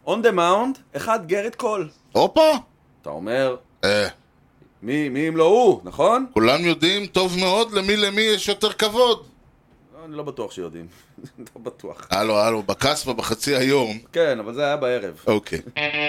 On the mound, אחד גריט קול. הופה. אתה אומר, מי אם לא הוא, נכון? כולם יודעים טוב מאוד למי יש יותר כבוד. אני לא בטוח שיודעים. לא בטוח. הלו, בקספה בחצי היום. כן, אבל זה היה בערב. אוקיי.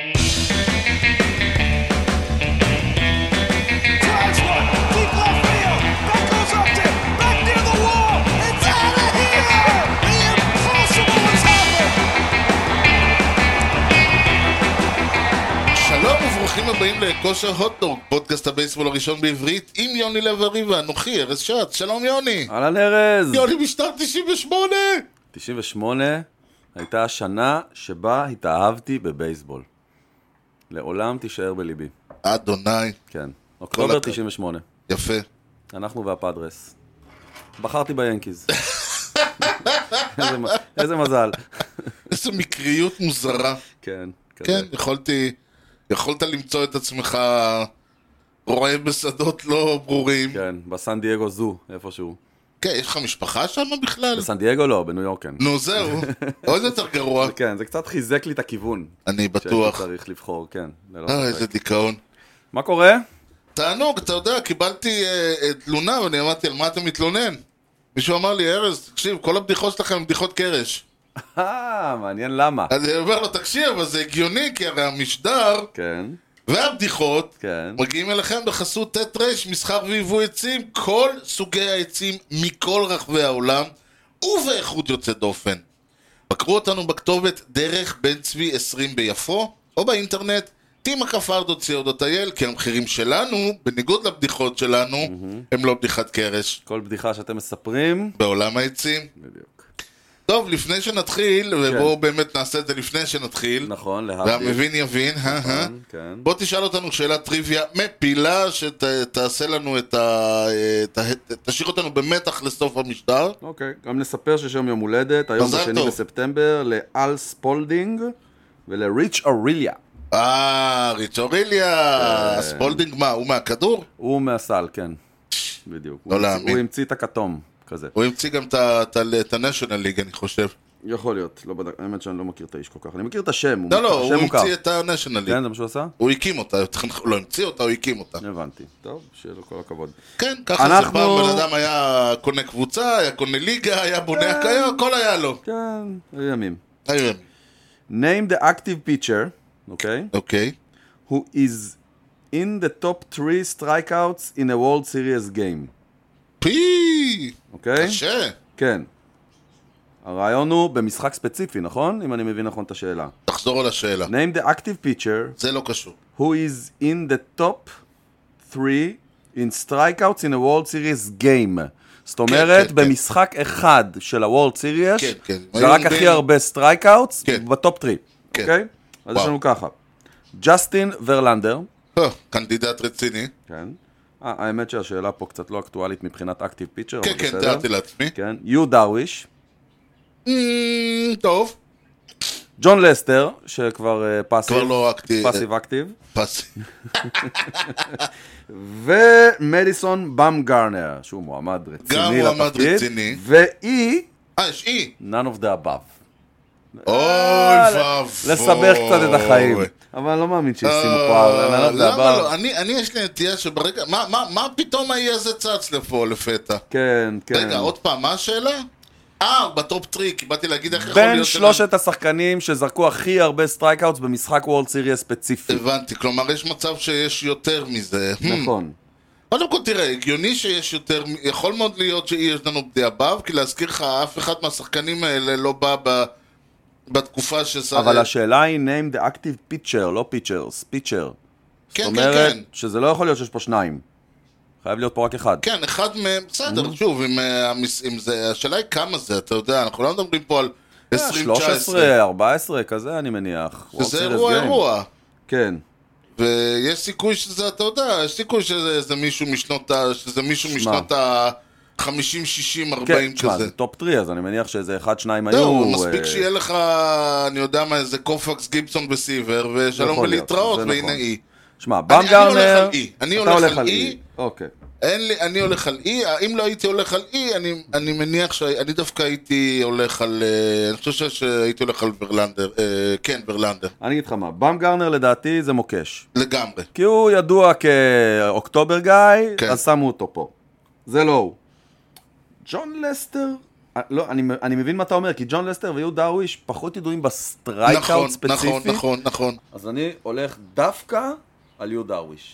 שלום וברוכים הבאים לכושר הוטדוג, פודקאסט הבייסבול הראשון בעברית עם יוני לב-ארי ואנוכי, ארז שץ. שלום יוני. אהלן ארז. יוני משטר 98. 98 הייתה השנה שבה התאהבתי בבייסבול. לעולם תישאר בליבי. אדוני. כן. אוקטובר 98. יפה. אנחנו והפאדרס. בחרתי ביאנקיז. איזה מזל. איזו מקריות מוזרה. כן. כן, יכולת למצוא את עצמך רואה בשדות לא ברורים. כן, בסן דייגו זו, איפשהו. כן, יש לך משפחה שם בכלל? בסן דייגו לא, בניו יורק כן. נו, זהו. עוד יותר גרוע. כן, זה קצת חיזק לי את הכיוון. אני בטוח. שהייתי צריך לבחור, כן. איזה דיכאון. מה קורה? תענוג, אתה יודע, קיבלתי תלונה ואני אמרתי, על מה אתה מתלונן? מישהו אמר לי, ארז, תקשיב, כל הבדיחות שלכם הם בדיחות קרש. מעניין למה. אני אומר לו, תקשיב, אבל זה הגיוני, כי הרי המשדר כן. והבדיחות כן. מגיעים אליכם בחסות תת-רש, מסחר ויבוא עצים, כל סוגי העצים מכל רחבי העולם, ובאיכות יוצאת דופן. בקרו אותנו בכתובת דרך בן צבי 20 ביפו, או באינטרנט, tima.co.il, כי המחירים שלנו, בניגוד לבדיחות שלנו, הם לא בדיחת קרש. כל בדיחה שאתם מספרים. בעולם העצים. בדיוק. טוב, לפני שנתחיל, ובואו באמת נעשה את זה לפני שנתחיל. נכון, להבדיל. והמבין יבין, כן. בוא תשאל אותנו שאלת טריוויה מפילה, שתעשה לנו תשאיר אותנו במתח לסוף המשדר. אוקיי, גם נספר שיש היום יום הולדת, היום בשני בספטמבר, לאל ספולדינג ולריץ' אוריליה. ריץ' אוריליה, ספולדינג מה, הוא מהכדור? הוא מהסל, כן. בדיוק. לא להאמין. הוא המציא את הכתום, כזה. הוא המציא גם את ה-National League, אני חושב. יכול להיות, לא בדק, האמת שאני לא מכיר את האיש כל כך, אני מכיר את השם. לא, הוא המציא את ה-National League. כן, זה מה שהוא עשה? הוא הקים אותה, לא המציא אותה, הוא הקים אותה. הבנתי, טוב, שיהיה לו כל הכבוד. כן, ככה זה פעם, בן אדם היה קונה קבוצה, היה קונה ליגה, היה בונה הקיה, הכל היה לו. כן, היו ימים. היו ימים. Name the active pitcher, אוקיי? אוקיי. Who is in the top 3 strikeouts in a World Series game. אוקיי? קשה. כן. הרעיון הוא במשחק ספציפי, נכון? אם אני מבין נכון את השאלה. תחזור על השאלה. Name the active pitcher זה לא קשור. who is in the top 3 in strikeouts in a World Series game. זאת אומרת, כן. במשחק אחד של ה-World Series, כן. זה רק הכי הרבה סטרייקאוטס כן. בטופ 3. כן. אוקיי? אז יש לנו ככה. ג'סטין ורלנדר. קנדידט רציני. כן. האמת שהשאלה פה קצת לא אקטואלית מבחינת אקטיב פיצ'ר. כן, תיארתי לעצמי. כן. יו דרוויש. טוב. ג'ון לסטר, שכבר פאסיב. כבר לא אקטיב. פאסיב אקטיב. פאסיב. ומדיסון במגרנר, שהוא מועמד רציני גם מועמד רציני. ואי... יש אי. none of the above. אוי ואבוי. לסבך קצת את החיים. אבל אני לא מאמין שישימו פה. למה לא? אני יש לי נטייה שברגע... מה פתאום האי הזה צץ לפה לפתע? כן. רגע, עוד פעם, מה השאלה? בטופ 3, כי באתי להגיד איך יכול להיות... בין שלושת השחקנים שזרקו הכי הרבה סטרייקאוטס במשחק וולד סיריס ספציפי. הבנתי, כלומר יש מצב שיש יותר מזה. נכון. קודם כל תראה, הגיוני שיש יותר, יכול מאוד להיות שיש לנו בדי הבב, כי להזכיר לך, אף אחד מהשחקנים האלה לא בא בתקופה אבל השאלה היא name the active pitcher, לא pitchers, pitcher. כן, זאת אומרת כן. שזה לא יכול להיות שיש פה שניים. חייב להיות פה רק אחד. כן, אחד מהם, בסדר, שוב, אם זה, השאלה היא כמה זה, אתה יודע, אנחנו לא מדברים פה על 20-19. 13, 14, כזה אני מניח. שזה אירוע. כן. ויש סיכוי שזה, אתה יודע, יש סיכוי שזה מישהו משנות ה-50, 60, 40 כזה. כן, זה טופ 3, אז אני מניח שזה 1-2 היו. זהו, מספיק שיהיה לך, אני יודע מה, איזה קופקס, גיבסון וסיבר, ושלום ולהתראות, והנה אי. שמע, במגרנר... אני הולך על אי. אוקיי. אין לי, אני הולך על אי, אם לא הייתי הולך על אי, אני מניח שאני דווקא הייתי הולך על, אני חושב שהייתי הולך על ברלנדר, כן, ברלנדר. אני אגיד לך מה, במגרנר לדעתי זה מוקש. לגמרי. כי הוא ידוע כאוקטובר גאי, כן. אז שמו אותו פה. זה לא הוא. ג'ון לסטר, לא, אני מבין מה אתה אומר, כי ג'ון לסטר ויהוד דרוויש פחות ידועים בסטרייקאוט ספציפי. נכון. אז אני הולך דווקא על יהוד דרוויש.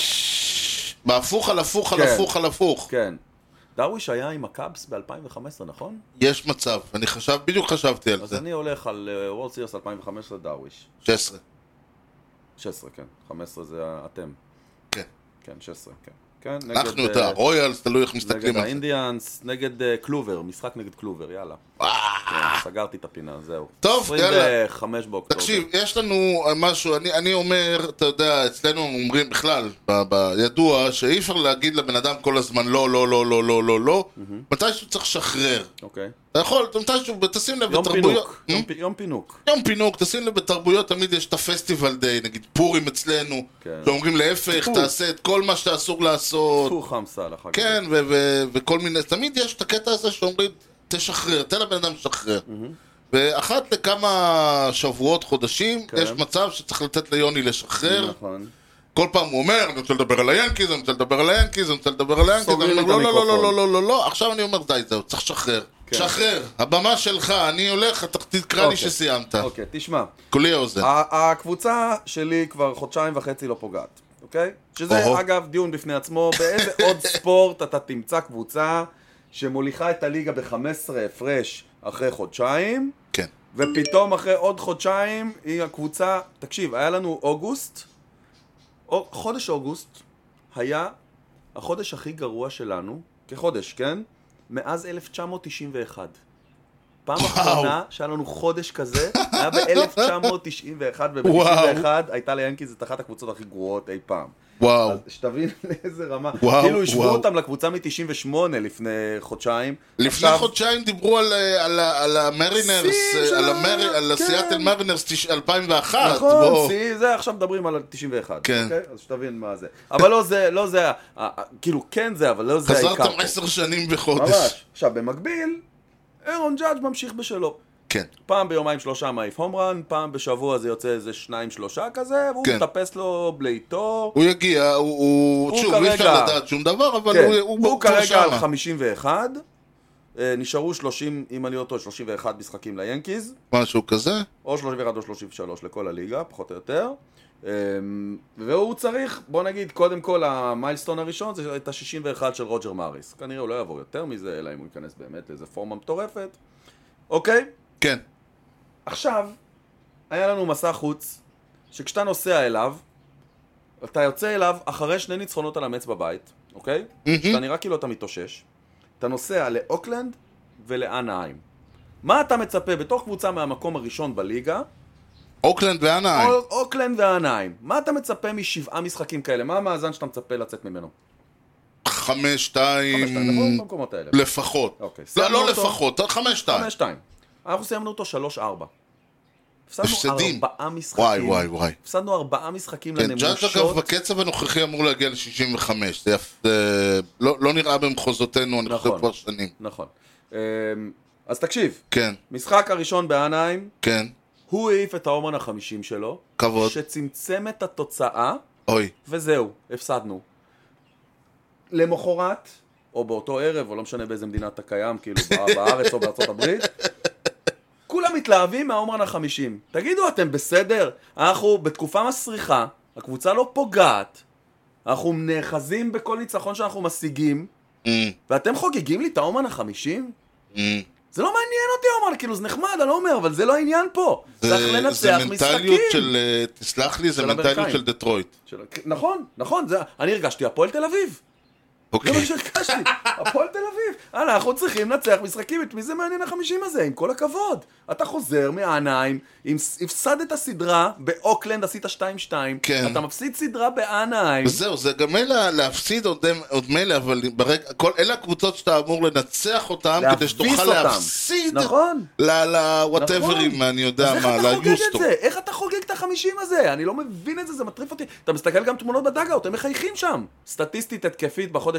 בהפוך על הפוך על כן. הפוך על הפוך. כן. דרוויש היה עם הקאבס ב-2015, נכון? יש מצב, בדיוק חשבתי על אז זה. אני הולך על וורד סיריוס 2015 דרוויש. 16. 16, כן. 15 זה אתם. כן. כן, 16, כן. כן, אנחנו יותר, רויאלס, תלוי איך מסתכלים נגד על זה. האינדיאנס, נגד קלובר, משחק נגד קלובר, יאללה. כן, סגרתי את הפינה, זהו. טוב, יאללה. 25 באוקטובר. תקשיב, יש לנו משהו, אני אומר, אתה יודע, אצלנו אומרים בכלל, ידוע, שאי אפשר להגיד לבן אדם כל הזמן לא, לא, לא, לא, לא, לא, לא, מתישהו צריך לשחרר. אוקיי. אתה יכול, מתישהו, תשים לב יום בתרבויות... פינוק. יום פינוק. יום פינוק, תשים לב בתרבויות, תמיד יש את הפסטיבל דיי, נגיד פורים אצלנו, כן. שאומרים להפך, תעשה את כל מה שאתה אסור לעשות. פור חמסה לחג. כן, וכל מיני, תמיד יש את הקטע הזה שאומרים, תשחרר, תן לבן אדם לשחרר. ואחת לכמה שבועות, חודשים, כן. יש מצב שצריך לתת ליוני לשחרר. נכון. כל פעם הוא אומר, אני רוצה לדבר על היאנקיז, אני רוצה לדבר על היאנקיז, אני רוצה לדבר על היאנקיז, סוגרים אני את אומר, לא, לא, לא, המיקרופון. לא, לא, לא, לא, עכשיו אני אומר, די, זהו, צריך לשחרר. כן. שחרר, הבמה שלך, אני הולך, אתה תקרא לי אוקיי. שסיימת. אוקיי, תשמע. כולי האוזן. הקבוצה שלי כבר חודשיים וחצי לא פוגעת, אוקיי? שזה, אוהו. אגב, דיון בפני עצמו, באיזה עוד ספורט אתה תמצא קבוצה שמוליכה את הליגה ב-15 הפרש אחרי חודשיים, כן. ופתאום אחרי עוד חודשיים היא הקבוצה, תקשיב, היה לנו אוגוסט, חודש אוגוסט היה החודש הכי גרוע שלנו, כחודש, כן? מאז 1991. פעם אחרונה שהיה לנו חודש כזה, היה ב-1991, וב-91 הייתה ליאנקיז את אחת הקבוצות הכי גרועות אי פעם. וואו. אז שתבין לאיזה רמה. וואו, כאילו השוו וואו. אותם לקבוצה מ-98 לפני חודשיים. לפני עכשיו- חודשיים דיברו על המרינרס, שיא של על כן. הסיאטל מרינרס 2001. נכון, בוא. זה עכשיו מדברים על 91. כן. אוקיי? אז שתבין מה זה. אבל לא זה, כאילו כן זה, אבל לא זה העיקר. חזרתם פה. 10 שנים בחודש. ממש. עכשיו, במקביל, אירון ג'אדג' ממשיך בשלו. כן. פעם ביומיים שלושה מעיף הומרן, פעם בשבוע זה יוצא איזה 2-3 כזה, והוא כן. מטפס לו בלעיתו. הוא יגיע, שוב, אי אפשר כרגע- לדעת שום דבר, אבל כן. הוא כרגע על שמה. 51, נשארו 30, אם אני לא טועה, 31 משחקים ליאנקיז, משהו כזה. או 31 או 33 לכל הליגה, פחות או יותר. והוא צריך, בוא נגיד, קודם כל המיילסטון הראשון זה את ה-61 של רוג'ר מאריס. כנראה הוא לא יעבור יותר מזה, אלא אם הוא ייכנס באמת לאיזה פורמה מטורפת. אוקיי? כן. עכשיו, היה לנו מסע חוץ, שכשאתה נוסע אליו, אתה יוצא אליו אחרי 2 ניצחונות על המץ בבית, אוקיי? שאתה נראה כאילו אתה מתאושש. אתה נוסע לאוקלנד ולאנהיים. מה אתה מצפה בתוך קבוצה מהמקום הראשון בליגה? אוקלנד ואנהיים. אוקלנד ואנהיים. מה אתה מצפה מ7 משחקים כאלה? מה המאזן שאתה מצפה לצאת ממנו? 5-2 5-2, נכון? במקומות האלה. לפחות. אוקיי, לא, סיימנו לא אותו. לפחות, 5-2. 5-2. אנחנו סיימנו אותו 3-4. הפסדנו הפסדים. 4 משחקים. וואי. הפסדנו 4 משחקים כן, ג'אדג' אגב לנמושות. בקצב הנוכחי אמור להגיע ל-65. זה לא נראה במחוזותינו, אני חושב נכון. כבר שנים. נכון. אז תקשיב, כן, משחק הראשון באנהיים, כן, הוא העיף את ההומרן ה-50 שלו, כבוד. שצמצם את התוצאה, אוי. וזהו, הפסדנו. למחרת, או באותו ערב, או לא משנה באיזה מדינה אתה קיים, כאילו בארץ או בארצות הברית, כולם מתלהבים מההומרן ה-50. תגידו, אתם בסדר? אנחנו בתקופה מסריחה, הקבוצה לא פוגעת, אנחנו נאחזים בכל ניצחון שאנחנו משיגים, ואתם חוגגים לי את ההומרן ה-50? זה לא מעניין אותי ההומרן, כאילו זה נחמד, אני לא אומר, אבל זה לא העניין פה. צריך לנצח זה מנטליות משחקים. של, תסלח לי, זה של מנטליות אמריקאים. של דטרויט. נכון, אני הרגשתי הפועל תל אביב. זה אוקיי. מה שהרגשתי, הפועל תל אביב. אנחנו צריכים לנצח משחקים, את מי זה מעניין ה-50 הזה, עם כל הכבוד. אתה חוזר מהעניים, הפסדת סדרה, באוקלנד עשית 2-2, כן. אתה מפסיד סדרה בעניים. זהו, זה גם מילא להפסיד עוד מילא, אבל אלה הקבוצות שאתה אמור לנצח אותם, כדי להביס שתוכל אותם. להפסיד נכון. ל-whateverים, אני יודע אז מה, איך אתה חוגג את ליוסטו. זה? איך אתה חוגג את ה-50 הזה? אני לא מבין את זה, זה מטריף אותי. אתה מסתכל גם תמונות בדאגאוט, הם מחייכים שם. סטטיסטית התקפית בחודש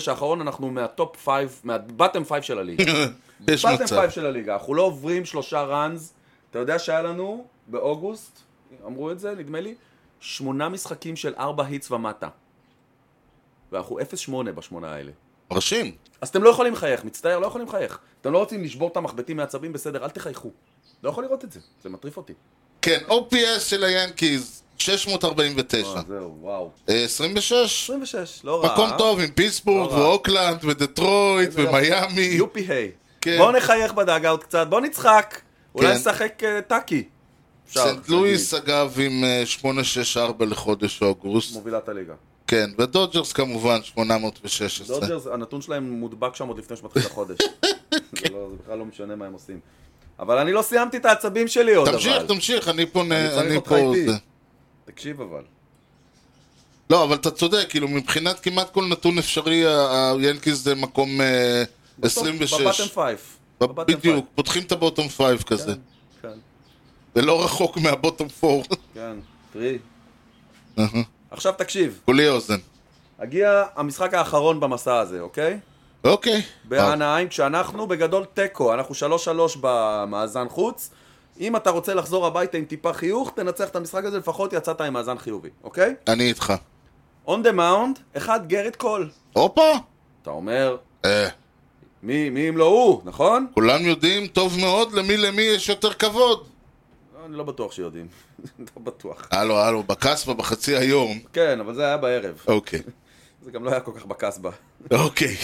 בחודש האחרון אנחנו מהטופ 5, מהבטם 5 של הליגה. יש בטם מצב. 5 של הליגה, אנחנו לא עוברים 3 ראנז. אתה יודע שהיה לנו באוגוסט, אמרו את זה, נדמה לי, 8 משחקים של 4 היטס ומטה. ואנחנו 0-8 בשמונה האלה. מרשים. אז אתם לא יכולים לחייך, מצטער, לא יכולים לחייך. אתם לא רוצים לשבור את המחבטים מעצבים, בסדר, אל תחייכו. לא יכול לראות את זה, זה מטריף אותי. כן, OPS של היאנקיז, 649. זהו, וואו. 26. 26, לא רע. מקום טוב עם פיטסבורג לא רע. ואוקלנד ודטרויט ומיאמי. יופי היי. כן. בואו נחייך בדאגאוט קצת, בואו נצחק. אולי כן. נשחק טאקי. סנט לואיס אגב עם 864 לחודש אוגוסט. מובילת הליגה. כן, ודודג'רס כמובן 816. דודג'רס, הנתון שלהם מודבק שם עוד לפני שמתחיל החודש. זה בכלל לא משנה מה הם עושים. אבל אני לא סיימתי את העצבים שלי עוד, אבל. תמשיך, אני פונה, אני צריך אני אותך פה... איתי. זה. תקשיב אבל. לא, אבל אתה צודק, כאילו מבחינת כמעט כל נתון אפשרי, היאנקיז זה מקום 26. בבטם 5. בדיוק, פותחים את הבוטום 5 כזה. כן, ולא רחוק מהבוטום 4. כן, תראי. עכשיו תקשיב, כולי אוזן. הגיע המשחק האחרון במסע הזה, אוקיי? אוקיי. באנהיים, כשאנחנו בגדול טקו, אנחנו 3-3 במאזן חוץ. אם אתה רוצה לחזור הביתה עם טיפה חיוך, תנצח את המשחק הזה, לפחות יצאת עם מאזן חיובי, אוקיי? אני איתך. On the mound, אחד גרט קול. הופה! אתה אומר, מי אם לא הוא, נכון? כולם יודעים טוב מאוד למי יש יותר כבוד. אני לא בטוח שיודעים, לא בטוח. הלו, בקסבה בחצי היום. כן, אבל זה היה בערב. אוקיי. זה גם לא היה כל כך בקסבה. אוקיי.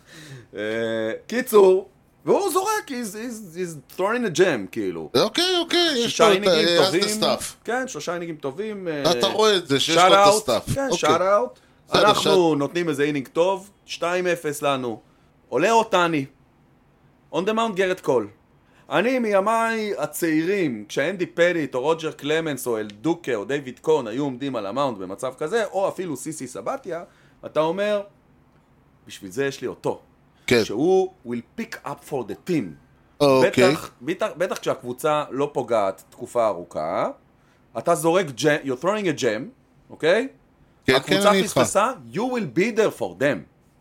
קיצור, והוא זורק, he's throwing a jam, כאילו. אוקיי, יש שישה לו אינינגים את טובים. הסטאפ. כן, 3 אינינגים טובים. אתה רואה את זה, שיש לו את הסטאפ. כן, אוקיי. שאט אאוט. בסדר, אנחנו נותנים איזה אינינג טוב, 2-0 לנו. עולה אותני. On the mount גרט קול. אני מימיי הצעירים, כשאנדי פדיט או רוג'ר קלמנס או אלדוקה או דיוויד קון היו עומדים על המאונד במצב כזה, או אפילו סיסי סבתיה, אתה אומר, בשביל זה יש לי אותו. כן. שהוא will pick up for the team. אוקיי. בטח כשהקבוצה לא פוגעת תקופה ארוכה, אתה זורק ג'ם, you're throwing a jam, אוקיי? כן, הקבוצה אני איתך. פספסה, you will be there for them.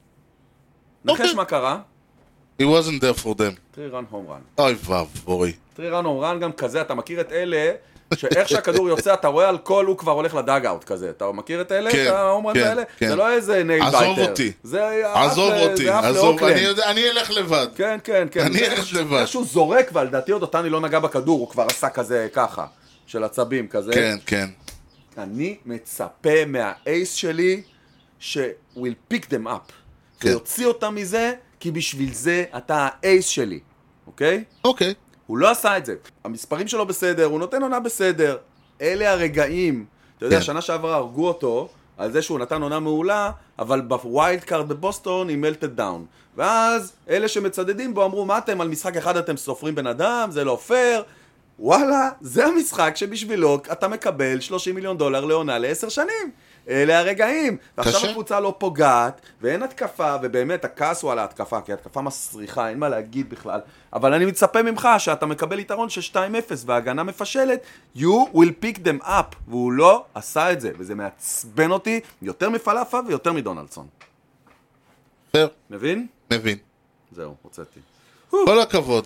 נחש מה קרה? He wasn't there for them. 3-run home run. אוי ואבוי. 3-run home run גם כזה, אתה מכיר את אלה, שאיך שהכדור יוצא, אתה רואה על כל הוא כבר הולך לדאג-אאוט כזה. אתה מכיר את אלה? כן, את ההום רן כן, האלה? כן. זה לא איזה נייל בייטר. עזוב אותי. עזוב אותי, אני אלך לבד. כן. אני אלך לבד. איך שהוא זורק, ולדעתי עוד אותני לא נגע בכדור, הוא כבר עשה כזה ככה, של עצבים כזה. כן. אני מצפה מהאייס שלי, ש-will pick them up. כן. ויוציא אותם מזה, כי בשביל זה אתה האייס שלי, אוקיי? אוקיי. הוא לא עשה את זה. המספרים שלו בסדר, הוא נותן עונה בסדר. אלה הרגעים. אתה יודע, כן. שנה שעברה הרגו אותו על זה שהוא נתן עונה מעולה, אבל בווילד קארד בבוסטון היא מלטד דאון. ואז אלה שמצדדים בו אמרו, מה אתם על משחק אחד אתם סופרים בן אדם, זה לא פייר. וואלה, זה המשחק שבשבילו אתה מקבל $30 מיליון לעונה ל10 שנים. אלה הרגעים. ועכשיו הקבוצה לא פוגעת, ואין התקפה, ובאמת הכעס הוא על ההתקפה, כי התקפה מסריחה, אין מה להגיד בכלל. אבל אני מצפה ממך שאתה מקבל יתרון של 2-0, וההגנה מפשלת, you will pick them up, והוא לא עשה את זה, וזה מעצבן אותי יותר מפלאפה ויותר מדונלדסון. פייר. מבין? מבין. זהו, הוצאתי. כל הכבוד.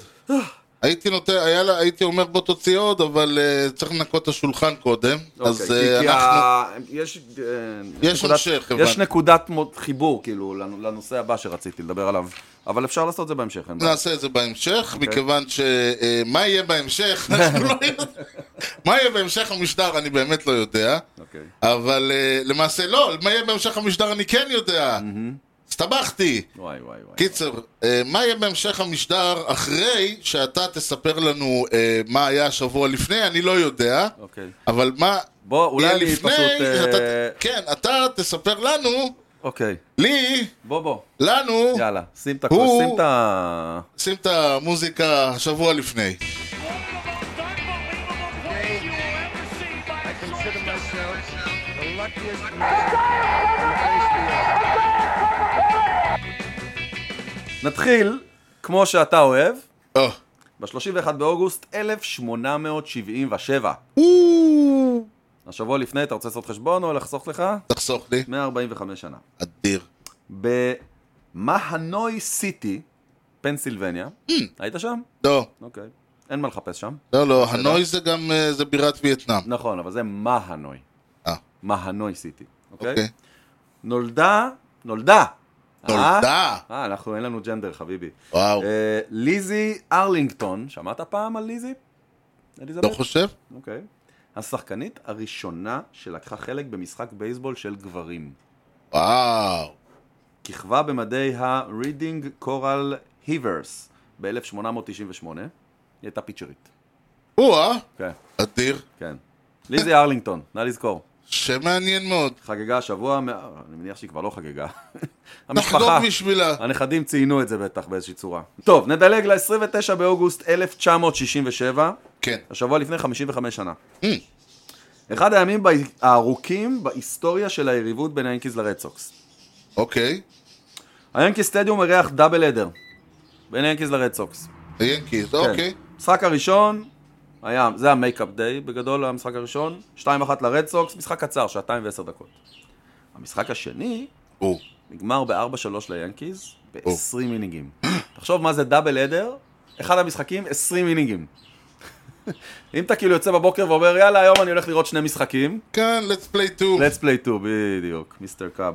הייתי אומר בוא תוציא עוד, אבל צריך לנקות את השולחן קודם. אז יש המשך. יש נקודת חיבור, כאילו, לנושא הבא שרציתי לדבר עליו. אבל אפשר לעשות את זה בהמשך. נעשה את זה בהמשך, מכיוון מה יהיה בהמשך, מה יהיה בהמשך המשדר אני באמת לא יודע. אבל למעשה לא, מה יהיה בהמשך המשדר אני כן יודע. הסתבכתי. וואי. קיצר, מה יהיה בהמשך המשדר אחרי שאתה תספר לנו מה היה השבוע לפני, אני לא יודע. אבל מה יהיה לפני, כן, אתה תספר לנו. אוקיי. לי. בוא. לנו. יאללה, שים את המוזיקה השבוע לפני. נתחיל, כמו שאתה אוהב, ב-31 באוגוסט 1877. השבוע לפני, אתה רוצה לעשות חשבון או לחסוך לך? תחסוך לי. 145 שנה. אדיר. מהנוי סיטי, פנסילבניה. היית שם? לא, אוקיי. אין מה לחפש שם. לא, הנוי זה גם, זה בירת וייטנאם. נכון, אבל זה מהנוי. אה, מהנוי סיטי. אוקיי? אוקיי. נולדה. נולדה! אנחנו, אין לנו ג'נדר, חביבי. וואו, ליזי ארלינגטון, שמעת פעם על ליזי? אליזבת? לא חושב? אוקיי. השחקנית הראשונה שלקחה חלק במשחק בייסבול של גברים. וואו. כיכבה במדי ה-Reading Coral Heavers ב-1898. היא הייתה פיצ'רית. כן. אדיר. כן. ליזי ארלינגטון, נא לזכור. שמעניין מאוד. חגגה השבוע, אני מניח שהיא כבר לא חגגה. נחגוג בשבילה. הנכדים ציינו את זה בטח באיזושהי צורה. טוב, נדלג ל-29 באוגוסט 1967. כן. השבוע לפני 55 שנה. אחד הימים הארוכים בהיסטוריה של היריבות בין היאנקיז לרד סוקס. אוקיי. היאנקי סטדיום אירח דאבל אדר בין היאנקיז לרד סוקס. היאנקיז, אוקיי. המשחק הראשון זה המייקאפ דיי בגדול, המשחק הראשון 2-1 לרד סוקס, משחק קצר, 2:10 דקות. המשחק השני נגמר ב-4-3 ליאנקיז ב-20 אינינגים. תחשוב מה זה דאבל אדר, אחד המשחקים 20 אינינגים. אם אתה כאילו יוצא בבוקר ואומר יאללה היום אני הולך לראות 2 משחקים. כן, let's play two. let's play two, בדיוק, מיסטר קאב.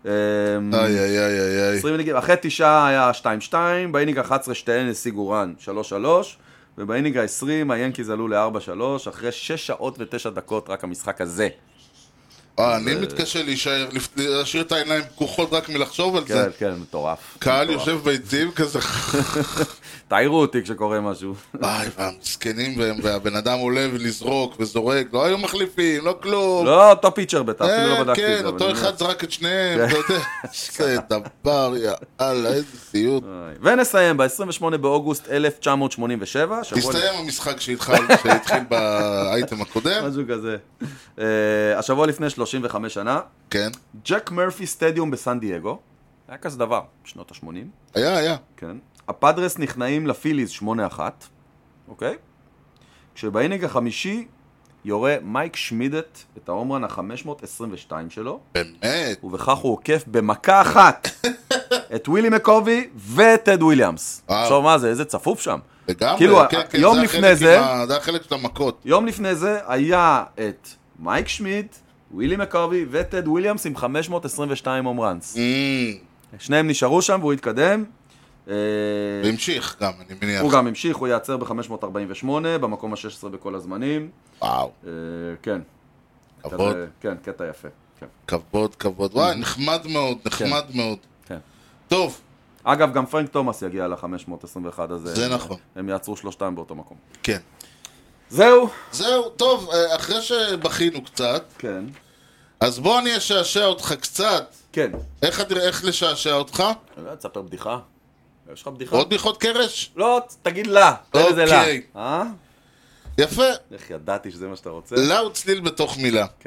איי. 20 אינינגים, אחרי 9 היה 2-2, באינינג 11 שתיהן השיגו רן 3-3, ובאינינג ה-20 היאנקיז עלו ל-4-3, אחרי 6 שעות ו9 דקות רק המשחק הזה. אני מתקשה להשאיר את העיניים פקוחות רק מלחשוב על זה. כן, מטורף. קהל יושב ביציעים כזה. תאירו אותי כשקורה משהו. והמסכנים והבן אדם עולה ולזרוק וזורק, לא היו מחליפים, לא כלום. לא, אותו פיצ'ר בטח, אפילו לא בדקתי את זה. כן, אותו אחד זרק את שניהם, אתה יודע. זה דבר, יאללה, איזה סיוט. ונסיים ב-28 באוגוסט 1987. תסתיים המשחק שהתחיל באייטם הקודם. משהו כזה. השבוע לפני 35 שנה. כן. ג'ק מרפי סטדיום בסן דייגו. היה כזה דבר, בשנות ה-80. היה. כן. הפאדרס נכנעים לפיליז 8-1. אוקיי? כשבאינינג החמישי יורה מייק שמידט את ההומרן ה-522 שלו. באמת? ובכך הוא עוקף במכה אחת את ווילי מקובי וטד וויליאמס. עכשיו מה זה? איזה צפוף שם. לגמרי, כאילו, כן, יום לפני זה החלק של המכות. יום לפני זה היה את מייק שמידט, ווילי מקובי וטד וויליאמס עם 522 הומרנס. שניהם נשארו שם והוא התקדם. והמשיך גם, אני מניח. הוא גם המשיך, הוא יעצר ב-548, במקום ה-16 בכל הזמנים. וואו. כן. כבוד. כן, קטע יפה. כבוד. וואי, נחמד מאוד. כן. טוב. אגב, גם פרנק תומאס יגיע ל-521 הזה. זה נכון. הם יעצרו שלושתם באותו מקום. כן. זהו, טוב, אחרי שבחינו קצת. כן. אז בוא אני אשעשע אותך קצת. כן. איך לשעשע אותך? אני לא תספר בדיחה. יש לך בדיחה? עוד בדיחות קרש? לא, תגיד לה. תן לזה לה. יפה. איך ידעתי שזה מה שאתה רוצה? לה וצליל בתוך מילה. כן.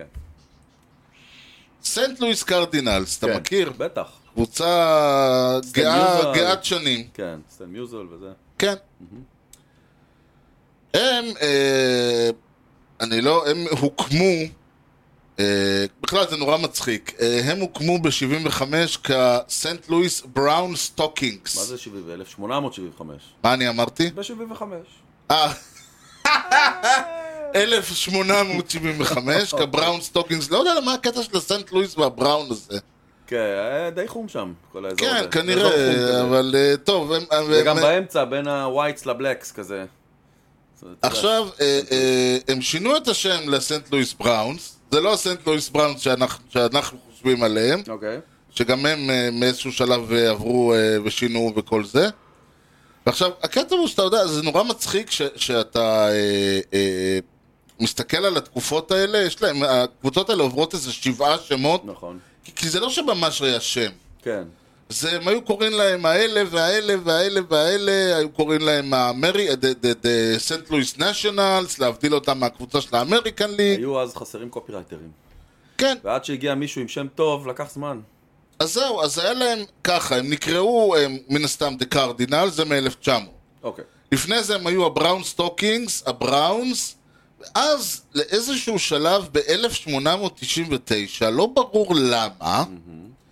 סנט לואיס קרדינלס, אתה מכיר? בטח. קבוצה גאת שנים. כן, סטן מיוזל וזה. כן. הם הוקמו, בכלל זה נורא מצחיק, הם הוקמו ב-75 כסנט לואיס בראון סטוקינגס. מה זה 70? 1875. מה אני אמרתי? ב-75. 1875 כבראון סטוקינגס. לא יודע מה הקטע של הסנט לואיס והבראון הזה. כן, די חום שם, כל האזור הזה. כן, כנראה, אבל טוב. וגם באמצע, בין הווייטס לבלקס כזה. עכשיו, הם שינו את השם לסנט לואיס בראונס. זה לא הסנט לואיס בראונס שאנחנו חושבים עליהם. אוקיי. שגם הם מאיזשהו שלב עברו ושינו וכל זה. ועכשיו, הקטע הוא שאתה יודע, זה נורא מצחיק שאתה מסתכל על התקופות האלה, יש להם, הקבוצות האלה עוברות איזה 7 שמות. נכון. כי זה לא שממש היה שם. כן. הם היו קוראים להם האלה, היו קוראים להם סנט לואיס נשיונלס, להבדיל אותם מהקבוצה של האמריקן ליג. היו אז חסרים קופירייטרים. כן. ועד שהגיע מישהו עם שם טוב, לקח זמן. אז זהו, אז היה להם ככה, הם נקראו מן הסתם דה קרדינל, זה מ-1900. אוקיי. לפני זה הם היו הבראון סטוקינגס, הבראונס, ואז לאיזשהו שלב ב-1899, לא ברור למה,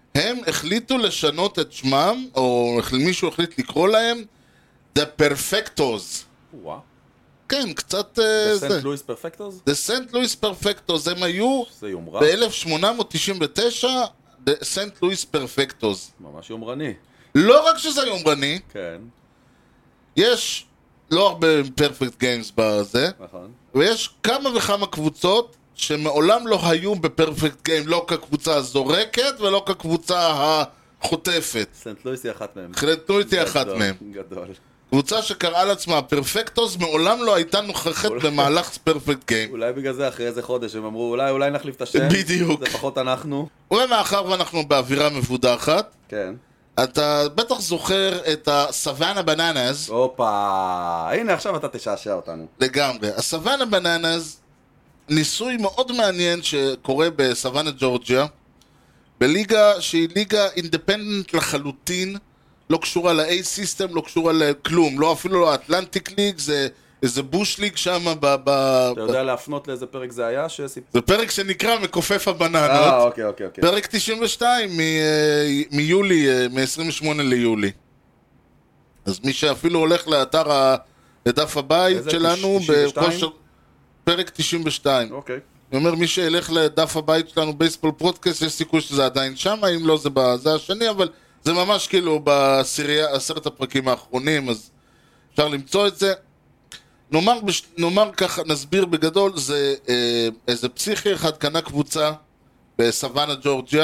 הם החליטו לשנות את שמם, או מישהו החליט לקרוא להם The Perfectos. וואו. כן, קצת... סנט לואיס פרפקטורס? The St. Louis Perfectos, הם היו זה יומרה. ב-1899 The St. Louis Perfectos. ממש יומרני. לא רק שזה יומרני, כן, יש לא הרבה פרפקט גיימס בזה, נכון. ויש כמה וכמה קבוצות שמעולם לא היו בפרפקט גיים, לא כקבוצה הזורקת ולא כקבוצה החוטפת. סנט לואיס היא אחת מהם. תנו איתי אחת גדול, מהם. גדול. קבוצה שקראה לעצמה פרפקטוס מעולם לא הייתה נוכחת במהלך פרפקט גיים. אולי בגלל זה אחרי איזה חודש הם אמרו, אולי נחליף את השם. בדיוק. זה פחות אנחנו. ומאחר ואנחנו באווירה מבודחת, כן. אתה בטח זוכר את הסוואנה בננז. הופה, הנה עכשיו אתה תשעשע אותנו. לגמרי. הסוואנה בננז, ניסוי מאוד מעניין שקורה בסוואנה ג'ורג'יה, בליגה שהיא ליגה אינדפנדנט לחלוטין, לא קשורה ל-A-System, לא קשורה לכלום, לא אפילו לא אטלנטיק ליג, זה איזה בוש ליג שם אתה יודע להפנות לאיזה פרק זה היה? זה פרק שנקרא מכופף הבננות. אוקיי. פרק 92 מיולי, מ-28 ליולי. אז מי שאפילו הולך לאתר, לדף הבית שלנו, 92? פרק 92. אוקיי. אני אומר, מי שילך לדף הבית שלנו, בייסבול פרודקאסט, יש סיכוי שזה עדיין שם, אם לא זה השני, אבל זה ממש כאילו בעשרת הפרקים האחרונים, אז אפשר למצוא את זה. נאמר ככה, נסביר בגדול, זה איזה פסיכי אחד קנה קבוצה בסוואנה ג'ורג'יה,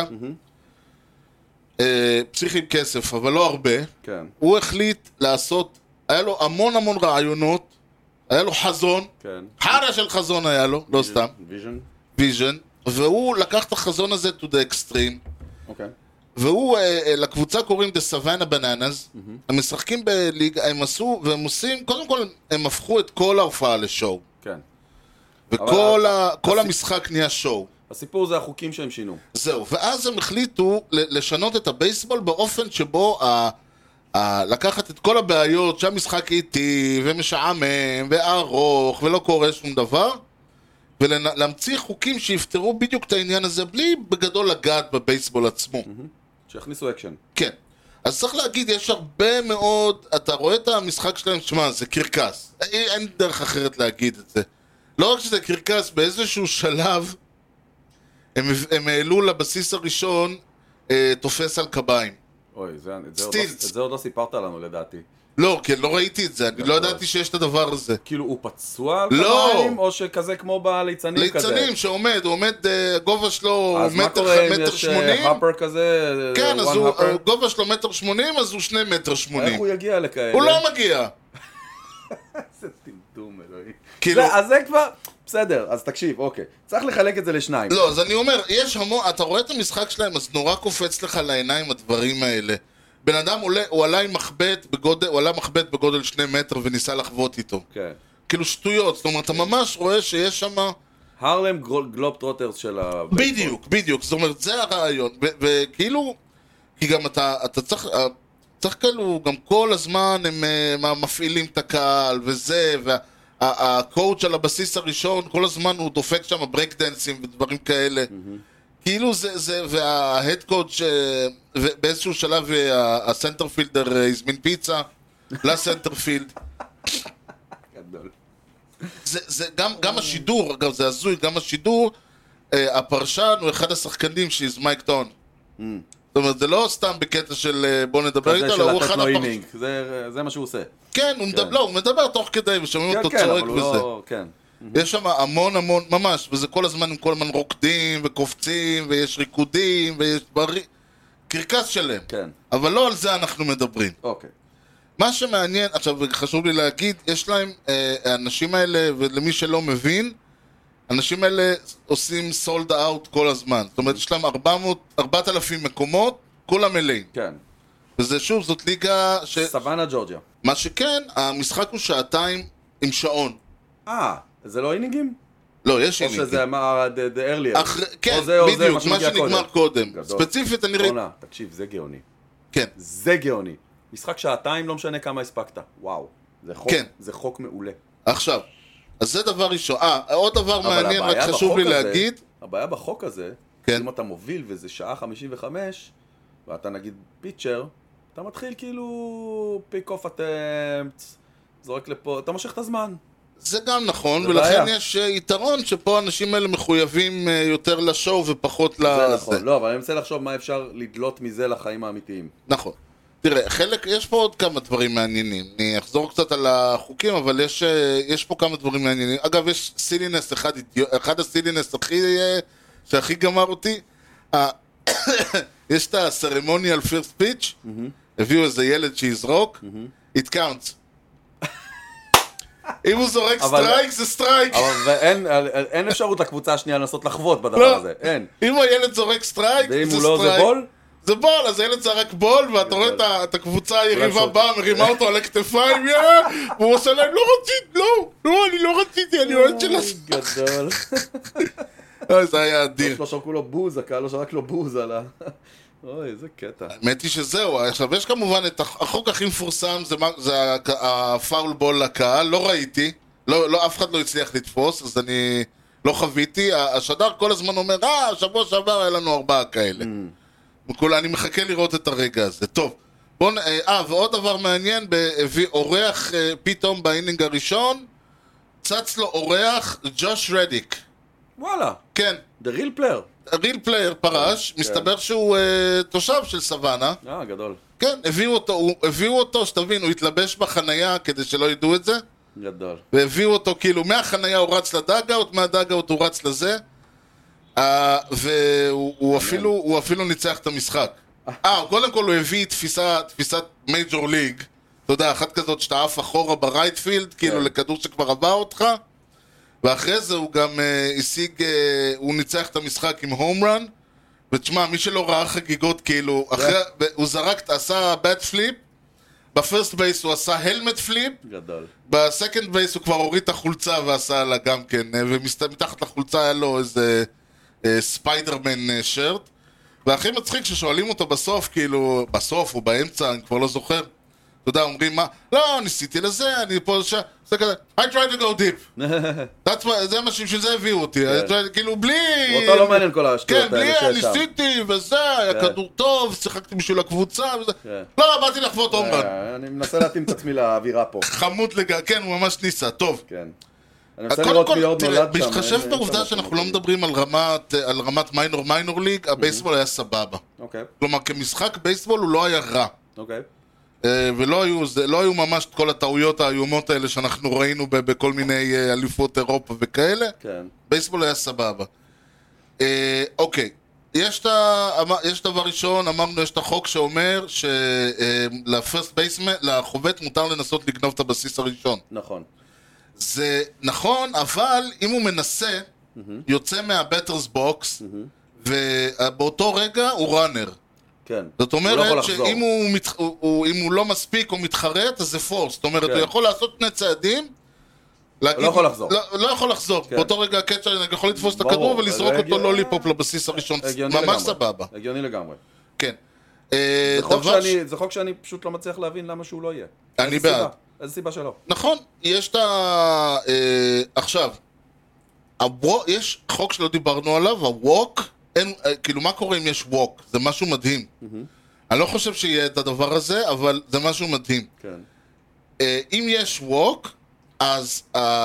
פסיכי עם כסף, אבל לא הרבה. כן. הוא החליט לעשות, היה לו המון רעיונות, היה לו חזון, כן. חרא של חזון היה לו, לא סתם, ויז'ן, והוא לקח את החזון הזה to the extreme, אוקיי. והוא, לקבוצה קוראים The Savannah Bananas, הם משחקים בליגה, הם עשו, והם עושים, קודם כל, הם הפכו את כל ההופעה לשואו, כן. וכל המשחק נהיה שואו. הסיפור זה החוקים שהם שינו. זהו, ואז הם החליטו לשנות את הבייסבול באופן שבו לקחת את כל הבעיות שהמשחק איטי ומשעמם וארוך ולא קורה שום דבר, ולהמציא חוקים שיפתרו בדיוק את העניין הזה בלי בגדול לגעת בבייסבול עצמו. שיכניסו אקשן. כן. אז צריך להגיד, יש הרבה מאוד, אתה רואה את המשחק שלהם, שמע, זה קרקס. אין דרך אחרת להגיד את זה. לא רק שזה קרקס, באיזשהו שלב הם העלו לבסיס הראשון תופס על קביים. אוי, את זה עוד לא סיפרת לנו לדעתי. לא, כי לא ראיתי את זה, אני לא ידעתי שיש את הדבר הזה. כאילו הוא פצוע על לא. קביים, או שכזה כמו בליצנים כזה? ליצנים שעומד, הוא עומד, גובה שלו אז מה קורה אם יש 1.80 מטר. הפר כזה? כן, אז גובה שלו 1.80 מטר, אז הוא 2.80 מטר. איך הוא יגיע לכאלה? הוא לא מגיע. איזה טמטום אלוהי. כאילו... אז זה כבר... בסדר, אז תקשיב, אוקיי. צריך לחלק את זה לשניים. לא, אז אני אומר, יש המון, אתה רואה את המשחק שלהם, אז נורא קופץ לך לעיניים הדברים האלה. בן אדם הוא עלה עם מחבט בגודל 2 מטר וניסה לחוות איתו. כן. כאילו שטויות, זאת אומרת, אתה ממש רואה שיש שם... הרלם גלוב טרוטרס של הבייסבול. בדיוק, זאת אומרת, זה הרעיון. וכאילו, כי גם אתה צריך כאילו, גם כל הזמן הם מפעילים את הקהל וזה, והקואוצ' על הבסיס הראשון, כל הזמן הוא דופק שם ברייק דנסים ודברים כאלה. כאילו זה, וההד קואוצ' באיזשהו שלב הסנטרפילדר הזמין פיצה לסנטרפילד. גדול. זה גם השידור, אגב זה הזוי, גם השידור, הפרשן הוא אחד השחקנים שיז מייק טון. זאת אומרת, זה לא סתם בקטע של בוא נדבר איתו, כזה של הוא לתת אחד לו הפרשן. אינינג, זה מה שהוא עושה. כן, הוא מדבר תוך כדי ושומעים אותו צורק וזה. כן. יש שם המון, ממש, וזה כל הזמן, הם כל הזמן רוקדים וקופצים, ויש ריקודים, ויש קרקס שלם. כן. אבל לא על זה אנחנו מדברים. אוקיי. מה שמעניין, עכשיו חשוב לי להגיד, יש להם, האנשים האלה, ולמי שלא מבין, האנשים האלה עושים סולד אאוט כל הזמן. זאת אומרת, יש להם 4,000 מקומות, כולם מלאים. כן. וזה שוב, זאת ליגה סוואנה ג'ורג'יה. מה שכן, המשחק הוא 2 שעות עם שעון. זה לא אינינגים? לא, יש או אינינגים. שזה אמר the earlier. כן, בדיוק, מה שנגמר קודם. ספציפית אני ראיתי... תקשיב, זה גאוני. כן. זה גאוני. משחק 2 לא משנה כמה הספקת. וואו. זה חוק מעולה. עכשיו, אז זה דבר ראשון. עוד דבר מעניין, רק חשוב לי להגיד. הבעיה בחוק הזה, אם אתה מוביל וזה 1:55, ואתה נגיד פיצ'ר, אתה מתחיל כאילו פיק אוף אטמפטס, זורק לפה, אתה מושך את הזמן. זה גם נכון, זה ולכן בעיה. יש יתרון שפה האנשים האלה מחויבים יותר לשואו ופחות זה נכון, לא, אבל אני מנסה לחשוב מה אפשר לדלות מזה לחיים האמיתיים. נכון. תראה, יש פה עוד כמה דברים מעניינים. אני אחזור קצת על החוקים, אבל יש פה כמה דברים מעניינים. אגב, יש סילינס אחד הסילינס שהכי גמר אותי. יש את הסרמוניאל פירסט פיץ', הביאו איזה ילד שיזרוק, it counts. אם הוא זורק סטרייק, זה סטרייק. אבל אין אפשרות לקבוצה השנייה לנסות לחוות בדבר הזה, אין. אם הילד זורק סטרייק, ואם זה הוא לא זה סטרייק. בול? זה בול, אז הילד זרק בול, ואתה רואה את הקבוצה היריבה באה, מרימה אותו על הכתפיים, והוא עושה להם, לא רציתי, לא, אני לא רציתי, אני אוהד של הסך. גדול. זה היה אדיר. לא שרקו לו בוז, הקהל לא שרק לו בוז על ה... אוי, איזה קטע. האמת היא שזהו, עכשיו יש כמובן את החוק הכי מפורסם, זה הפאול בול לקהל, לא ראיתי, אף אחד לא הצליח לתפוס, אז אני לא חוויתי, השדר כל הזמן אומר, שבוע שעבר היה לנו 4 כאלה. אני מחכה לראות את הרגע הזה. טוב, ועוד דבר מעניין, הביא אורח פתאום באינינג הראשון, צץ לו אורח ג'וש רדיק. וואלה. כן. The real player. ריל פלייר פרש, מסתבר שהוא תושב של סוואנה. גדול. כן, הביאו אותו, שתבין, הוא התלבש בחנייה כדי שלא ידעו את זה. גדול. והביאו אותו, כאילו, מהחנייה הוא רץ לדאגאוט, מהדאגאוט הוא רץ לזה. והוא אפילו ניצח את המשחק. קודם כל הוא הביא תפיסת מייג'ור ליג. אתה יודע, אחת כזאת שאתה עף אחורה ברייטפילד, כאילו לכדור שכבר עבר אותך. ואחרי זה הוא גם הוא ניצח את המשחק עם הום רן. ותשמע, מי שלא ראה חגיגות, כאילו, הוא עשה בט פליפ. בפרסט בייס הוא עשה הלמט פליפ. גדול. בסקנד בייס הוא כבר הוריד את החולצה ועשה לה גם כן. ומתחת לחולצה היה לו איזה ספיידרמן שרט. והכי מצחיק ששואלים אותו בסוף, כאילו, בסוף או באמצע, אני כבר לא זוכר. אתה יודע, אומרים מה? לא, ניסיתי לזה, אני פה זה כזה, I tried to go deep. זה מה שבשביל זה הביאו אותי. כאילו, בלי... אותו לא מעניין כל השטויות כן, האלה בלי, ניסיתי וזה, היה כדור טוב, שיחקתי בשביל הקבוצה וזה. לא, באתי לחוות הומרן. אני מנסה להתאים את עצמי לאווירה פה. חמוד כן, הוא ממש ניסה, טוב. כן. אני מנסה לראות מי עוד נולד שם. בהתחשב בעובדה שאנחנו לא מדברים על רמת מיינור ליג, הבייסבול היה סבבה. כלומר, כמשחק בייסבול הוא לא היה רע. אוקיי. ולא היו ממש כל הטעויות האיומות האלה שאנחנו ראינו בכל מיני אליפות אירופה וכאלה. כן. בייסבול היה סבבה. אוקיי. יש דבר ראשון, אמרנו, יש את החוק שאומר שלפרסט בייסמן, לחובט מותר לנסות לגנוב את הבסיס הראשון. נכון. זה נכון, אבל אם הוא מנסה, יוצא מהבטרס בוקס, ובאותו רגע הוא ראנר. כן. זאת אומרת שאם הוא לא מספיק או מתחרט, אז זה פורס. זאת אומרת, הוא יכול לעשות 2 צעדים, לא יכול לחזור. לא יכול לחזור. באותו רגע הקצ'ר יכול לתפוס את הכדור ולזרוק אותו לוליפופ לבסיס הראשון. ממש סבבה. הגיוני לגמרי. כן. זה חוק שאני פשוט לא מצליח להבין למה שהוא לא יהיה. אני בעד. איזה סיבה שלא? נכון, יש עכשיו, יש חוק שלא דיברנו עליו, הווק, כאילו מה קורה אם יש ווק? זה משהו מדהים. אני לא חושב שיהיה את הדבר הזה, אבל זה משהו מדהים. אם יש ווק, אז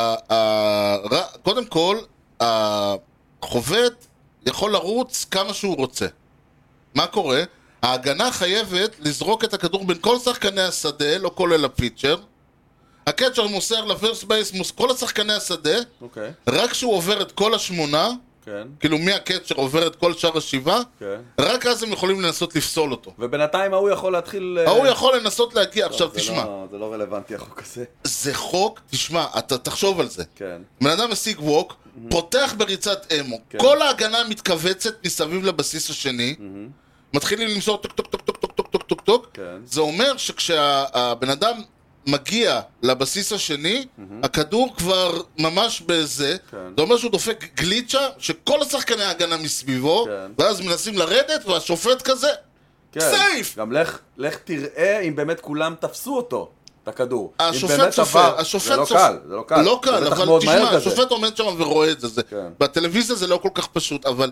קודם כל, החובט יכול לרוץ כמה שהוא רוצה. מה קורה? ההגנה חייבת לזרוק את הכדור בין כל שחקני השדה, לא כולל הפיצ'ר. הקצ'ר מוסר לפרסט בייס, כל השחקני השדה, רק כשהוא עובר את כל 8, כאילו מהקצ'ר עובר את כל שאר 7, רק אז הם יכולים לנסות לפסול אותו. ובינתיים ההוא יכול להתחיל... ההוא יכול לנסות להגיע, עכשיו תשמע. זה לא רלוונטי החוק הזה. זה חוק, תשמע, אתה תחשוב על זה. בן אדם משיג ווק, פותח בריצת אמו, כל ההגנה מתכווצת מסביב לבסיס השני, מתחילים למסור טוק טוק טוק טוק טוק טוק טוק טוק טוק. זה אומר שכשהבן אדם מגיע לבסיס השני, הכדור כבר ממש בזה, זה אומר שהוא דופק גליצ'ה שכל השחקני ההגנה מסביבו, ואז מנסים לרדת והשופט כזה סייף! גם לך תראה אם באמת כולם תפסו אותו, את הכדור. השופט סופר, זה לא קל, זה לא קל. לא קל, אבל תשמע, השופט עומד שם ורואה את זה. בטלוויזיה זה לא כל כך פשוט, אבל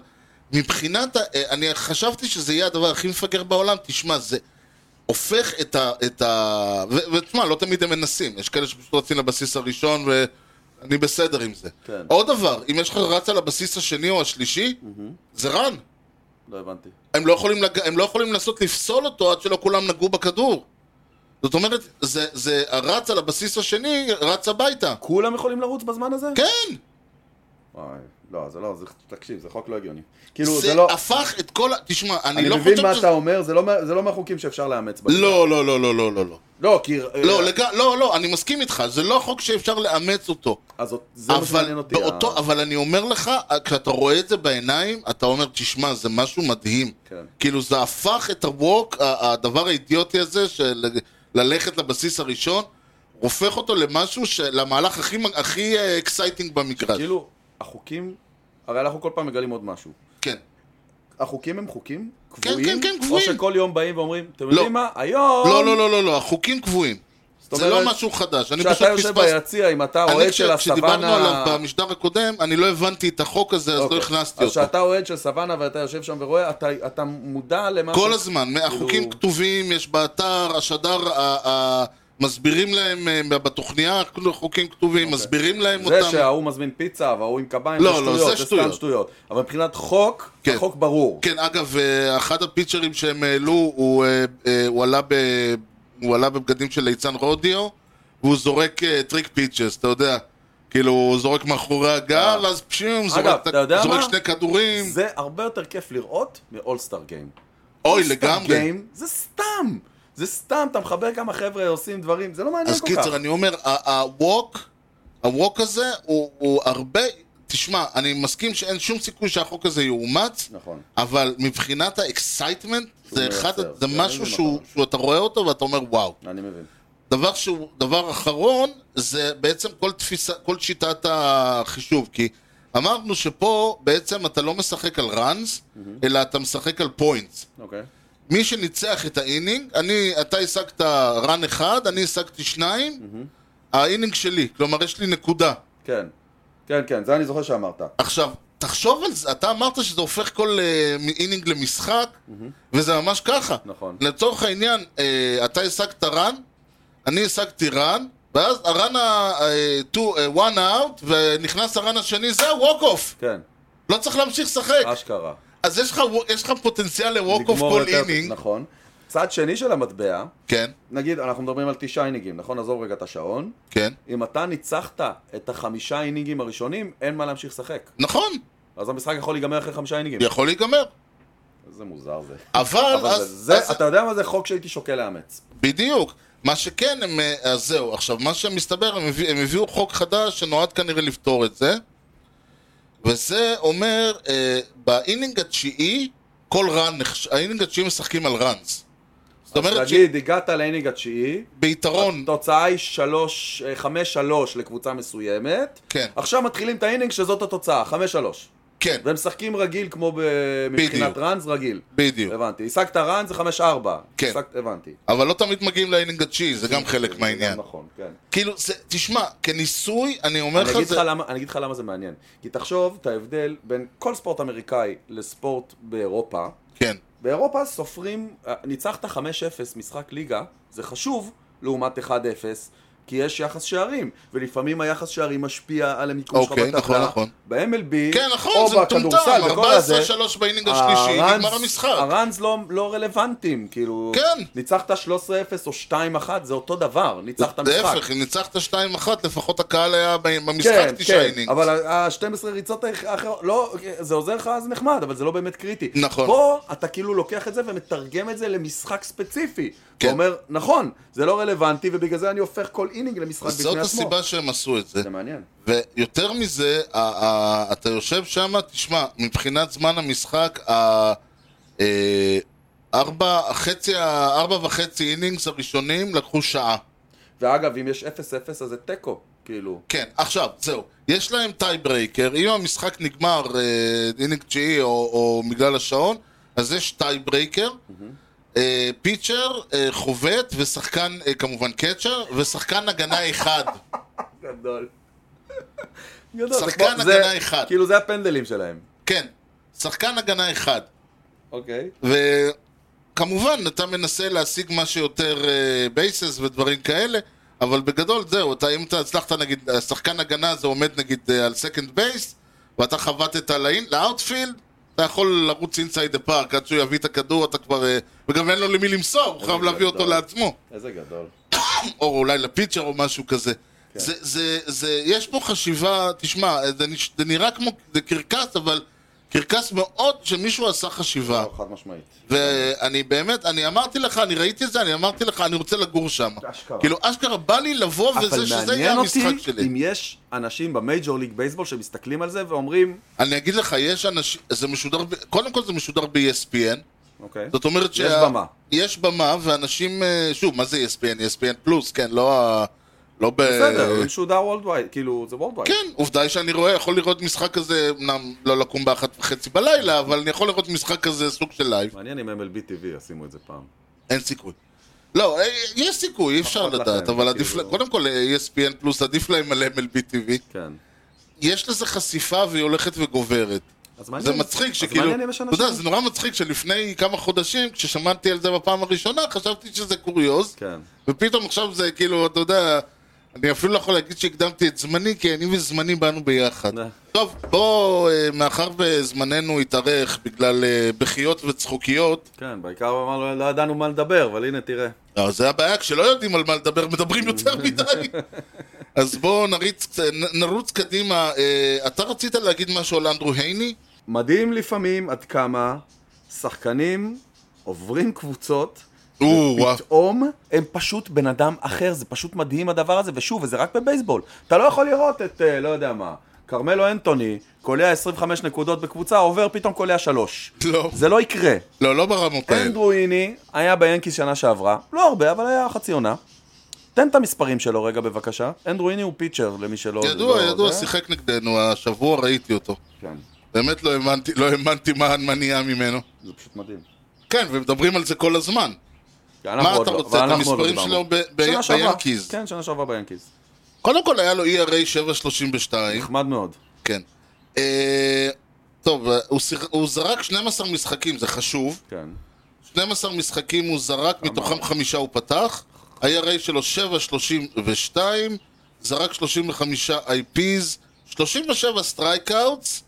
מבחינת, אני חשבתי שזה יהיה הדבר הכי מפגר בעולם, תשמע, זה הופך ותשמע, לא תמיד הם מנסים, יש כאלה שפשוט רצים לבסיס הראשון ואני בסדר עם זה. כן. עוד דבר, אם יש לך רץ על הבסיס השני או השלישי, זה רן. לא הבנתי. הם לא יכולים לנסות לפסול אותו עד שלא כולם נגעו בכדור. זאת אומרת, זה הרץ על הבסיס השני, רץ הביתה. כולם יכולים לרוץ בזמן הזה? כן! וואי, לא, זה לא, תקשיב, זה חוק לא הגיוני. כאילו, זה לא... הפך את כל תשמע, אני אני לא מבין חושב מה אתה אומר, זה לא מהחוקים שאפשר לאמץ. לא. לא, כי... לא, אני מסכים איתך, זה לא חוק שאפשר לאמץ אותו. אז זה מה שמעניין אותי. אבל אני אומר לך, כשאתה רואה את זה בעיניים, אתה אומר, תשמע, זה משהו מדהים. כן. כאילו, זה הפך את הווק, הדבר האידיוטי הזה, של ללכת לבסיס הראשון, הופך אותו למשהו, למהלך הכי אקסייטינג במגרש. כאילו, החוקים, הרי אנחנו כל פעם מגלים עוד משהו. כן. החוקים הם חוקים? קבועים? כן, קבועים. או שכל יום באים ואומרים, אתם יודעים מה? היום... לא, החוקים קבועים. זה לא משהו חדש. כשאתה יושב ביציע, אם אתה אוהד של הסוואנה... כשדיברנו עליו במשדר הקודם, אני לא הבנתי את החוק הזה, אז לא הכנסתי אותו. אז כשאתה אוהד של סוואנה ואתה יושב שם ורואה, אתה מודע למה... כל הזמן, החוקים כתובים, יש באתר, השדר, מסבירים להם בתוכניה, חוקים כתובים, מסבירים להם אותם. זה שההוא מזמין פיצה וההוא עם קביים, זה סתם שטויות. אבל מבחינת חוק, החוק ברור. כן, אגב, אחד הפיצ'רים שהם העלו, הוא עלה בבגדים של ליצן רודיו, והוא זורק טריק פיצ'ס, אתה יודע. כאילו, הוא זורק מאחורי הגל, אז פשיום, זורק שני כדורים. זה הרבה יותר כיף לראות מאולסטאר גיים. אוי, לגמרי. זה סתם. זה סתם, אתה מחבר כמה חבר'ה עושים דברים, זה לא מעניין כל כך. אז קיצר, אני אומר, הווק הזה הוא הרבה... תשמע, אני מסכים שאין שום סיכוי שהחוק הזה יאומץ, נכון. אבל מבחינת האקסייטמנט, זה משהו שאתה רואה אותו ואתה אומר וואו. אני מבין. דבר אחרון, זה בעצם כל שיטת החישוב, כי אמרנו שפה בעצם אתה לא משחק על ראנס, אלא אתה משחק על פוינטס. אוקיי. מי שניצח את האינינג, אתה השגת רן אחד, אני השגתי 2, האינינג שלי, כלומר יש לי נקודה. כן, זה אני זוכר שאמרת. עכשיו, תחשוב על זה, אתה אמרת שזה הופך כל אינינג למשחק, וזה ממש ככה. נכון. לצורך העניין, אתה השגת רן, אני השגתי רן, ואז הרן one out, ונכנס הרן השני, זה walk off. כן. לא צריך להמשיך לשחק. אשכרה. אז יש לך פוטנציאל ל-walk off כל אינינג. נכון. צד שני של המטבע, כן. נגיד, אנחנו מדברים על 9 אינינגים, נכון? נעזוב רגע את השעון. כן. אם אתה ניצחת את 5 אינינגים הראשונים, אין מה להמשיך לשחק. נכון. אז המשחק יכול להיגמר אחרי 5 אינינגים. יכול להיגמר. איזה מוזר זה. אבל אתה יודע מה זה חוק שהייתי שוקל לאמץ. בדיוק. מה שכן, אז זהו. עכשיו, מה שמסתבר, הם הביאו חוק חדש שנועד כנראה לפתור את זה. וזה אומר, באינינג התשיעי, כל רן, האינינג התשיעי משחקים על ראנס. אז תגיד, הגעת לאינינג התשיעי, ביתרון. התוצאה היא 5-3 לקבוצה מסוימת. כן. עכשיו מתחילים את האינינג שזאת התוצאה, 5-3. כן. והם משחקים רגיל כמו מבחינת ראנס רגיל. בדיוק. הבנתי. השגת ראנס זה 5-4. כן. הבנתי. אבל לא תמיד מגיעים לאינינג התשיעי, זה גם חלק מהעניין. נכון, כן. כאילו, תשמע, כניסוי, אני אומר לך זה... אני אגיד לך למה זה מעניין. כי תחשוב את ההבדל בין כל ספורט אמריקאי לספורט באירופה. כן. באירופה סופרים, ניצחת 5-0 משחק ליגה, זה חשוב לעומת 1-0, כי יש יחס שערים, ולפעמים היחס שערים משפיע על המיקום שלך בטבלה. נכון. ב-MLB, כן, נכון, זה מטומטם, 14-3 באינינג השלישי, נגמר המשחק. הראנס לא רלוונטיים, כאילו, כן. ניצחת 13-0 או 2-1, זה אותו דבר, ניצחת משחק. להפך, אם ניצחת 2-1, לפחות הקהל היה במשחק 9 אינינג. אבל ה-12 ריצות האחרות, לא, זה עוזר לך, זה נחמד, אבל זה לא באמת קריטי. נכון. פה אתה כאילו לוקח את זה ומתרגם את זה למשחק ספציפי. הוא אומר, נכון, זה לא רלוונטי, ובגלל זה אני הופך כל אינינג למשחק בפני עצמו. זאת הסיבה שהם עשו את זה. זה מעניין. ויותר מזה, אתה יושב שם, תשמע, מבחינת זמן המשחק, 4.5 אינינגס הראשונים לקחו שעה. ואגב, אם יש 0-0, אז זה טקו, כאילו. כן, עכשיו, זהו. יש להם טי ברייקר, אם המשחק נגמר אינינג 9 או בגלל השעון, אז יש טי ברייקר. פיצ'ר, חובט ושחקן, כמובן קצ'ר, ושחקן הגנה אחד. גדול. שחקן הגנה אחד. כאילו זה הפנדלים שלהם. כן. שחקן הגנה אחד. אוקיי. וכמובן, אתה מנסה להשיג מה שיותר בייסס ודברים כאלה, אבל בגדול זהו, אם אתה הצלחת נגיד, השחקן הגנה הזה עומד נגיד על סקנד בייס, ואתה חבטת לאוטפילד, אתה יכול לרוץ אינסייד הפארק עד שהוא יביא את הכדור, אתה כבר... וגם אין לו למי למסור, הוא חייב להביא אותו לעצמו. איזה גדול. או אולי לפיצ'ר או משהו כזה. יש פה חשיבה, תשמע, זה נראה כמו, זה קרקס, אבל קרקס מאוד שמישהו עשה חשיבה. חד משמעית. ואני באמת, אני אמרתי לך, אני ראיתי את זה, אני אמרתי לך, אני רוצה לגור שם. אשכרה. כאילו, אשכרה בא לי לבוא וזה שזה יהיה המשחק אבל שלי. מעניין אותי אם יש אנשים במייג'ור ליג בייסבול שמסתכלים על זה ואומרים... אני אגיד לך, יש אנשים, זה משודר, קודם כל זה משודר ב-ESPN. אוקיי. זאת אומרת יש במה. יש במה, ואנשים, שוב, מה זה ESPN? ESPN פלוס, כן, לא בסדר, הוא משודר וולדווייד, כאילו, זה וולדווייד. כן, עובדה היא שאני יכול לראות משחק כזה, אמנם לא לקום ב1:30 בלילה, אבל אני יכול לראות משחק כזה סוג של לייב. מעניין אם MLB TV ישימו את זה פעם. אין סיכוי. לא, יש סיכוי, אי אפשר לדעת, אבל עדיף, קודם כל ESPN פלוס עדיף להם על MLB TV. כן. יש לזה חשיפה והיא הולכת וגוברת. זה מצחיק שכאילו, אתה יודע, זה נורא מצחיק שלפני כמה חודשים, כששמעתי על זה בפעם הראשונה, חשבתי שזה קוריוז, ופתאום עכשיו זה כאילו, אתה יודע, אני אפילו לא יכול להגיד שהקדמתי את זמני, כי אני וזמני באנו ביחד. טוב, בוא, מאחר וזמננו התארך בגלל בחיות וצחוקיות. כן, בעיקר לא ידענו מה לדבר, אבל הנה תראה. זה הבעיה, כשלא יודעים על מה לדבר, מדברים יותר מדי. אז בוא נרוץ קדימה. אתה רצית להגיד משהו על אנדרו הייני? מדהים לפעמים עד כמה שחקנים עוברים קבוצות ופתאום הם פשוט בן אדם אחר, זה פשוט מדהים הדבר הזה, ושוב, וזה רק בבייסבול. אתה לא יכול לראות את, לא יודע מה, קרמלו אנטוני, קולע 25 נקודות בקבוצה, עובר פתאום קולע 3. לא. זה לא יקרה. לא ברמות האלה. אנדרו הייני היה ביאנקיס שנה שעברה, לא הרבה, אבל היה חצי עונה. תן את המספרים שלו רגע בבקשה. אנדרו הייני הוא פיצ'ר למי שלא... ידוע, שיחק נגדנו, השבוע ראיתי אותו. כן. באמת לא האמנתי מה נהיה ממנו. זה פשוט מדהים. כן, ומדברים על זה כל הזמן. מה אתה רוצה? את המספרים שלו ביאנקיז? כן, שנה שעברה ביאנקיז. קודם כל היה לו ERA 7.32. נחמד מאוד. כן. טוב, הוא זרק 12 משחקים, זה חשוב. כן. 12 משחקים הוא זרק, מתוכם 5 הוא פתח. ה-ERA שלו 7.32, זרק 35 IPs, 37 סטרייקאוטס.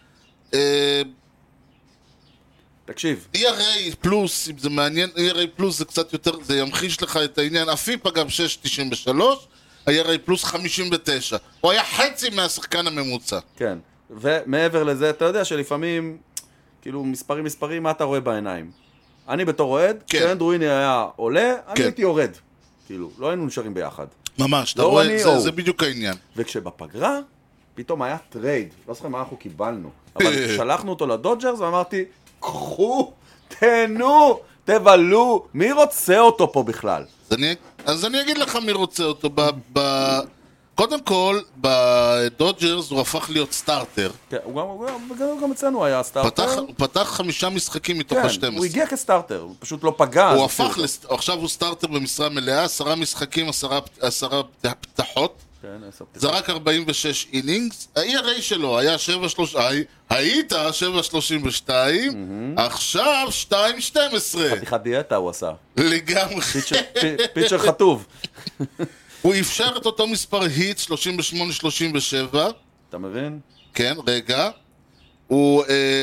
תקשיב. ERA פלוס, אם זה מעניין, ERA פלוס זה קצת יותר, זה ימחיש לך את העניין. הפיפה גם 6.93, ה-ERA פלוס 59. הוא היה חצי מהשחקן הממוצע. כן, ומעבר לזה, אתה יודע שלפעמים, כאילו מספרים, מה אתה רואה בעיניים? אני בתור אוהד, כשאנדרו הייני היה עולה, אני הייתי יורד. כאילו, לא היינו נשארים ביחד. ממש, אתה רואה, זה בדיוק העניין. וכשבפגרה, פתאום היה טרייד, לא זוכר מה אנחנו קיבלנו, אבל שלחנו אותו לדודג'רס ואמרתי, קחו, תהנו, תבלו, מי רוצה אותו פה בכלל? אז אני אגיד לך מי רוצה אותו. קודם כל, בדודג'רס הוא הפך להיות סטארטר. כן, גם אצלנו היה סטארטר. הוא פתח 5 משחקים מתוך ה-12. כן, הוא הגיע כסטארטר, הוא פשוט לא פגע. עכשיו הוא סטארטר במשרה מלאה, 10 משחקים, 10 פתחות. זרק 46 אינינגס, ה-ERA שלו היה 7.32, היית 7.32, עכשיו 2.12. חתיכת דיאטה הוא עשה. לגמרי. פיצ'ר חטוב. הוא אפשר את אותו מספר היט, 38-37. אתה מבין? כן, רגע. הוא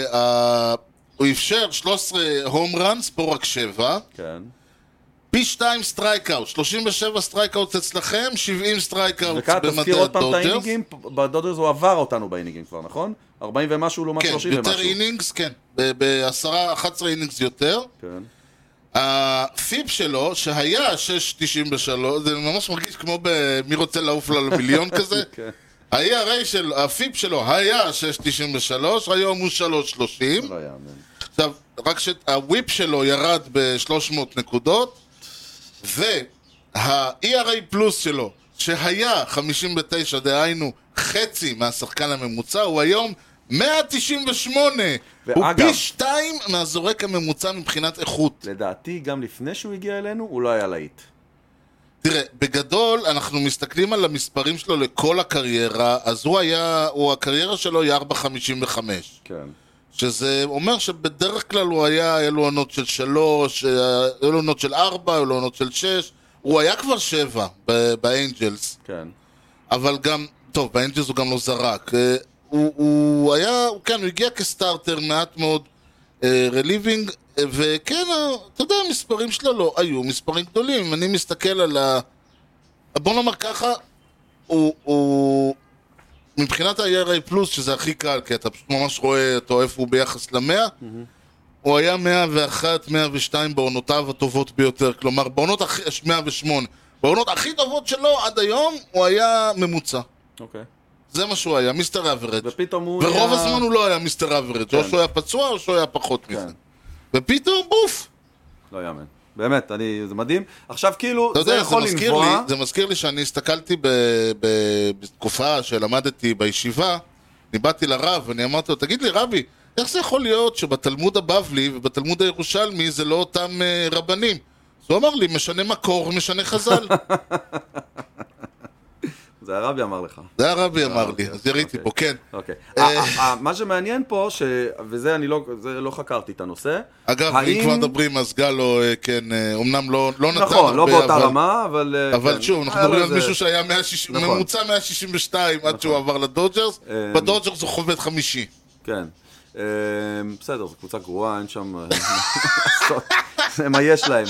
אפשר 13 הום ראנס, פה רק 7. כן. פי 2 סטרייקאוט, 37 סטרייקאוט אצלכם, 70 סטרייקאוט במדעי הדודג'רס. תזכיר עוד פעם את האינינגים, בדודג'רס הוא עבר אותנו באינינגים כבר, נכון? 40 ומשהו לעומת 30 ומשהו. כן, יותר אינינגס, כן. ב-11 אינינגס יותר. כן. הפיפ שלו, שהיה 6.93, זה ממש מרגיש כמו במי רוצה לעוף לה למיליון כזה. הפיפ שלו היה 6.93, היום הוא 3.30. עכשיו, רק שהוויפ שלו ירד ב-300 נקודות, וה-ERA פלוס שלו, שהיה 59, דהיינו חצי מהשחקן הממוצע, הוא היום 198. הוא פי 2 מהזורק הממוצע מבחינת איכות. לדעתי, גם לפני שהוא הגיע אלינו, הוא לא היה להיט. תראה, בגדול, אנחנו מסתכלים על המספרים שלו לכל הקריירה, אז הקריירה שלו היא 4.55. כן. שזה אומר שבדרך כלל הוא היה לו עונות של 3, היו לו עונות של 4, היו לו עונות של 6, הוא היה כבר 7 באנג'לס, כן. אבל גם, טוב, באנג'לס הוא גם לא זרק. הוא היה, כן, הוא הגיע כסטארטר מעט מאוד רליבינג, וכן, אתה יודע, המספרים שלו לא היו מספרים גדולים. אם אני מסתכל על בוא נאמר ככה, הוא מבחינת ה-ERA פלוס, שזה הכי קל, כי אתה פשוט ממש רואה אותו איפה הוא ביחס ל-100, הוא היה 101, 102 בעונותיו הטובות ביותר, כלומר, בעונות 108, בעונות הכי טובות שלו עד היום, הוא היה ממוצע. אוקיי. זה מה שהוא היה, מיסטר אברג'. ופתאום הוא ורוב הזמן הוא לא היה מיסטר אברג', כן. או שהוא היה פצוע או שהוא היה פחות כן. מזה. ופתאום בוף! לא יאמן. באמת, זה מדהים. עכשיו כאילו, אתה זה יודע, יכול לנבוע. זה מזכיר לי שאני הסתכלתי בתקופה שלמדתי בישיבה, אני באתי לרב ואני אמרתי לו, תגיד לי רבי, איך זה יכול להיות שבתלמוד הבבלי ובתלמוד הירושלמי זה לא אותם רבנים? אז הוא אמר לי, משנה מקור ומשנה חז"ל. זה הרבי אמר לך. זה הרבי אמר לי, אז יריתי פה, כן. אוקיי. מה שמעניין פה, וזה אני לא חקרתי את הנושא. אגב, אם כבר מדברים, אז גלו, כן, אמנם לא נתן הרבה, נכון, לא באותה רמה, אבל... אבל שוב, אנחנו מדברים על מישהו שהיה ממוצע 162 עד שהוא עבר לדודג'רס, בדודג'רס הוא חובט 50. כן. בסדר, זו קבוצה גרועה, אין שם... מה יש להם?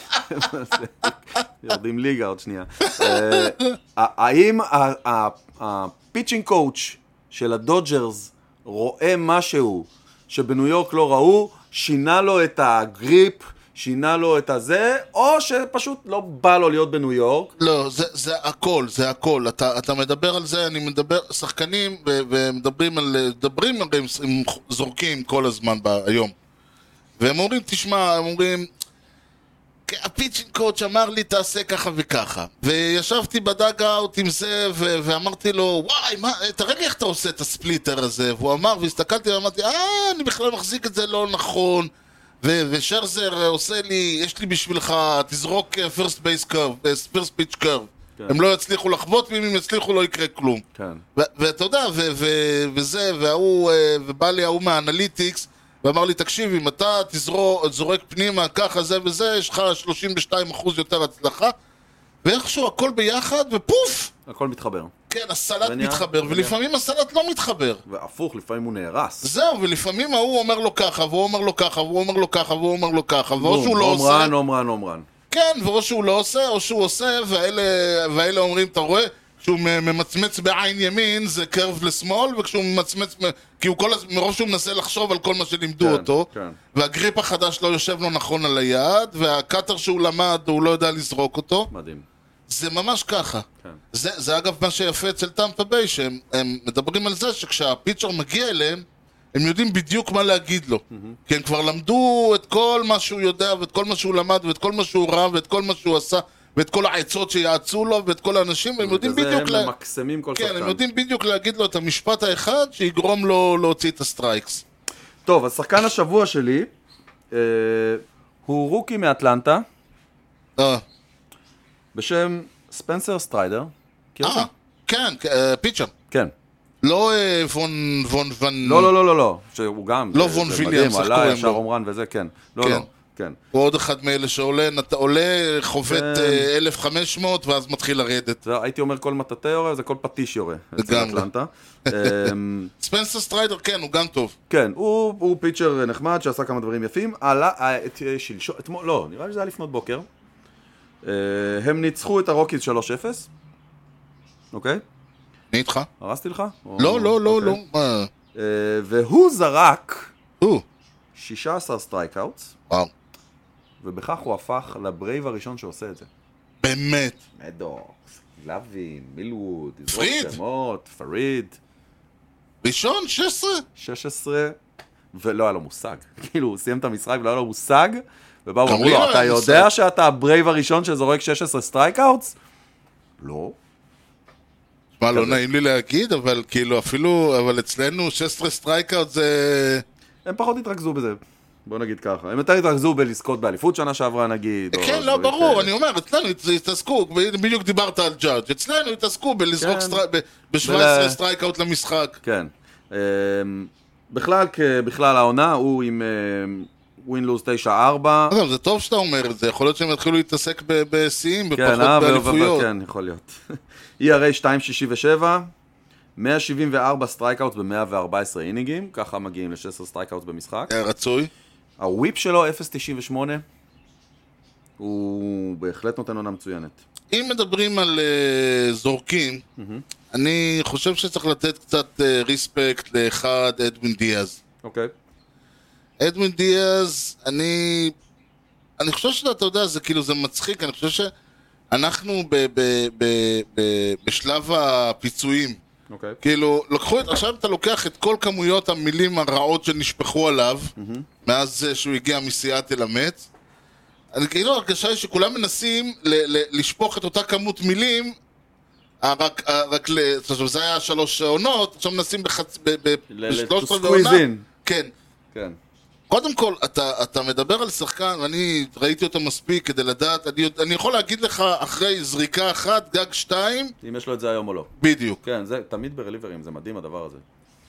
יורדים ליגה עוד שנייה. האם הפיצ'ינג קואוץ' של הדודג'רס רואה משהו שבניו יורק לא ראו, שינה לו את הגריפ, שינה לו את הזה, או שפשוט לא בא לו להיות בניו יורק? לא, זה הכל, זה הכל. אתה מדבר על זה, אני מדבר, שחקנים, ומדברים על, הם זורקים כל הזמן היום. והם אומרים, תשמע, הם אומרים, הפיצ'ינג קואוץ' אמר לי תעשה ככה וככה, וישבתי בדאג-אאוט עם זה ואמרתי לו וואי, תראה לי איך אתה עושה את הספליטר הזה, והוא אמר, והסתכלתי ואמרתי אני בכלל מחזיק את זה לא נכון, ושרזר עושה לי, יש לי בשבילך, תזרוק first base curve, first pitch curve, הם לא יצליחו לחבוט, ואם הם יצליחו לא יקרה כלום. ואתה יודע, וזה, ובא לי ההוא מהאנליטיקס ואמר לי, תקשיב, אם אתה זורק פנימה ככה זה וזה, יש לך 32% יותר הצלחה, ואיכשהו הכל ביחד, ופוף! הכל מתחבר. כן, הסלט מתחבר, ולפעמים הסלט לא מתחבר. והפוך, לפעמים הוא נהרס. זהו, ולפעמים ההוא אומר לו ככה, והוא אומר לו ככה, והוא אומר לו ככה, והוא אומר לו ככה, ואו שהוא לא עושה... אומרן. כן, ואו שהוא לא עושה, או שהוא עושה, והאלה אומרים, אתה רואה? כשהוא ממצמץ בעין ימין זה קרב לשמאל, וכשהוא ממצמץ, כי הוא מרוב שהוא מנסה לחשוב על כל מה שלימדו אותו, והגריפ החדש לא יושב לו נכון על היד, והקאטר שהוא למד הוא לא יודע לזרוק אותו. מדהים. זה ממש ככה. זה אגב מה שיפה אצל טמפה ביי, שהם מדברים על זה שכשהפיצ'ר מגיע אליהם, הם יודעים בדיוק מה להגיד לו. כי הם כבר למדו את כל מה שהוא יודע, ואת כל מה שהוא למד, ואת כל מה שהוא ראה, ואת כל מה שהוא עשה, ואת כל העצות שיעצו לו, ואת כל האנשים, והם יודעים בדיוק... הם ממקסמים כל שחקן. כן, הם יודעים בדיוק להגיד לו את המשפט האחד, שיגרום לו להוציא את הסטרייקס. טוב, אז שחקן השבוע שלי, הוא רוקי מאטלנטה, בשם ספנסר סטריידר. כן, פיצ'ר. כן. לא וון... לא, שהוא גם... לא וון ויליאמס, איך קוראים לו? ישר אומרן וזה, כן. לא. כן. הוא עוד אחד מאלה שעולה, חובט 1,500 ואז מתחיל לרדת. הייתי אומר כל מטאטא יורה, זה כל פטיש יורה. לגמרי. ספנסר סטריידר, כן, הוא גם טוב. כן, הוא פיצ'ר נחמד שעשה כמה דברים יפים. לא, נראה לי שזה היה לפנות בוקר. הם ניצחו את הרוקיז 3-0. אוקיי? אני איתך? הרסתי לך? לא. והוא זרק 16 סטרייקאוטס. וואו. ובכך הוא הפך לברייב הראשון שעושה את זה. באמת. מדוקס, לוין, מילווד, פריד. פריד. ראשון? 16, ולא היה לו מושג. כאילו, הוא סיים את המשחק ולא היה לו מושג, ובאו ואמרו לו, אתה יודע שאתה הברייב הראשון שזורק 16 סטרייקאוטס? לא. מה, לא נעים לי להגיד, אבל כאילו אפילו, אבל אצלנו 16 סטרייקאוט זה... הם פחות התרכזו בזה, בוא נגיד ככה. הם יותר התרכזו בלזכות באליפות שנה שעברה נגיד. כן, לא, ברור, אני אומר, אצלנו התעסקו, בדיוק דיברת על ג'אדג', אצלנו התעסקו בלזרוק ב-17 סטרייקאוט למשחק. כן. בכלל העונה הוא עם ווין-לוז 9-4. אגב, זה טוב שאתה אומר את זה, יכול להיות שהם יתחילו להתעסק בשיאים, כן, בפחות באליפויות. כן, יכול להיות. ERA 2.67, 174 סטרייקאוטס ב-114 אינינגים, ככה מגיעים ל-16 סטרייקאוטס במשחק. רצוי. הוויפ שלו 0.98, הוא בהחלט נותן עונה מצוינת. אם מדברים על זורקים, אני חושב שצריך לתת קצת ריספקט לאחד, אדווין דיאז. אוקיי. אדווין דיאז, אני חושב שאתה יודע, זה כאילו, זה מצחיק, אני חושב שאנחנו בשלב הפיצויים. אוקיי. כאילו, עכשיו אתה לוקח את כל כמויות המילים הרעות שנשפכו עליו, מאז שהוא הגיע מסיאטל המץ, אני כאילו הרגשה היא שכולם מנסים לשפוך את אותה כמות מילים, עכשיו זה היה 3 עונות, עכשיו מנסים ב-13 ועונה. כן. כן. קודם כל, אתה מדבר על שחקן, ואני ראיתי אותו מספיק כדי לדעת, אני יכול להגיד לך אחרי זריקה אחת, גג 2, אם יש לו את זה היום או לא. בדיוק. כן, זה תמיד ברליברים, זה מדהים הדבר הזה.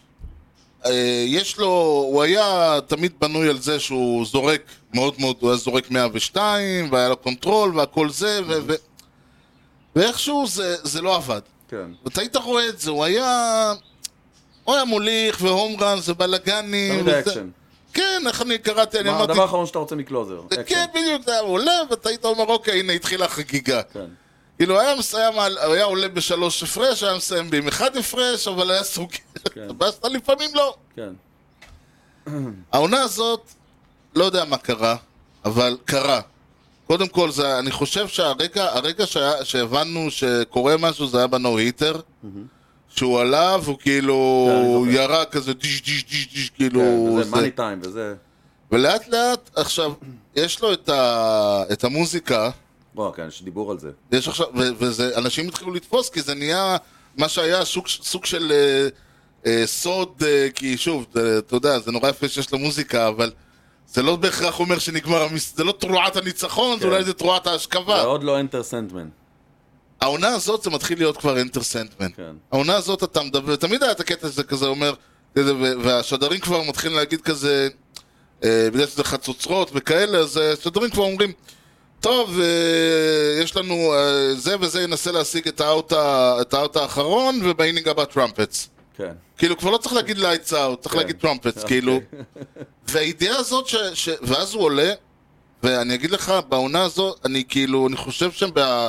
יש לו, הוא היה תמיד בנוי על זה שהוא זורק מאוד מאוד, הוא היה זורק 102, והיה לו קונטרול והכל זה, ואיכשהו זה לא עבד. כן. ואתה היית רואה את זה, הוא היה מוליך והומרן, זה בלגני. תמיד האקשן. כן, איך אני קראתי, אני אמרתי... הדבר האחרון שאתה רוצה מקלוזר. כן, בדיוק, זה היה עולה, ואתה היית אומר, אוקיי, הנה התחילה החגיגה. כן. כאילו, היה עולה ב3 הפרש, היה מסיים עם 1 הפרש, אבל היה סוג... בסת לפעמים לא. כן. העונה הזאת, לא יודע מה קרה, אבל קרה. קודם כל, אני חושב שהרגע שהבנו שקורה משהו, זה היה בנו-היטר, שהוא עלה, והוא כאילו ירה כזה דיש דיש דיש דיש, כאילו... כן, וזה מאני טיים, וזה... ולאט לאט, עכשיו, יש לו את המוזיקה, כן, יש דיבור על זה. יש עכשיו, ואנשים התחילו לתפוס, כי זה נהיה מה שהיה סוג של סוד, כי שוב, אתה יודע, זה נורא יפה שיש לו מוזיקה, אבל זה לא בהכרח אומר שנגמר, זה לא תרועת הניצחון, זה אולי זה תרועת ההשכבה. זה עוד לא אנטר סנדמן. העונה הזאת זה מתחיל להיות כבר אנטר סנדמן. העונה הזאת אתה מדבר, תמיד היה את הקטע שזה כזה אומר, והשדרים כבר מתחילים להגיד כזה, בגלל שזה חצוצרות וכאלה, אז השדרים כבר אומרים, טוב, יש לנו, זה וזה ינסה להשיג את האוט האחרון, ובאינינג הבא טראמפטס. כן. כאילו, כבר לא צריך להגיד לייטס אאוט, צריך להגיד טראמפטס, כאילו. והאידאה הזאת, ואז הוא עולה, ואני אגיד לך, בעונה הזאת, אני חושב שהם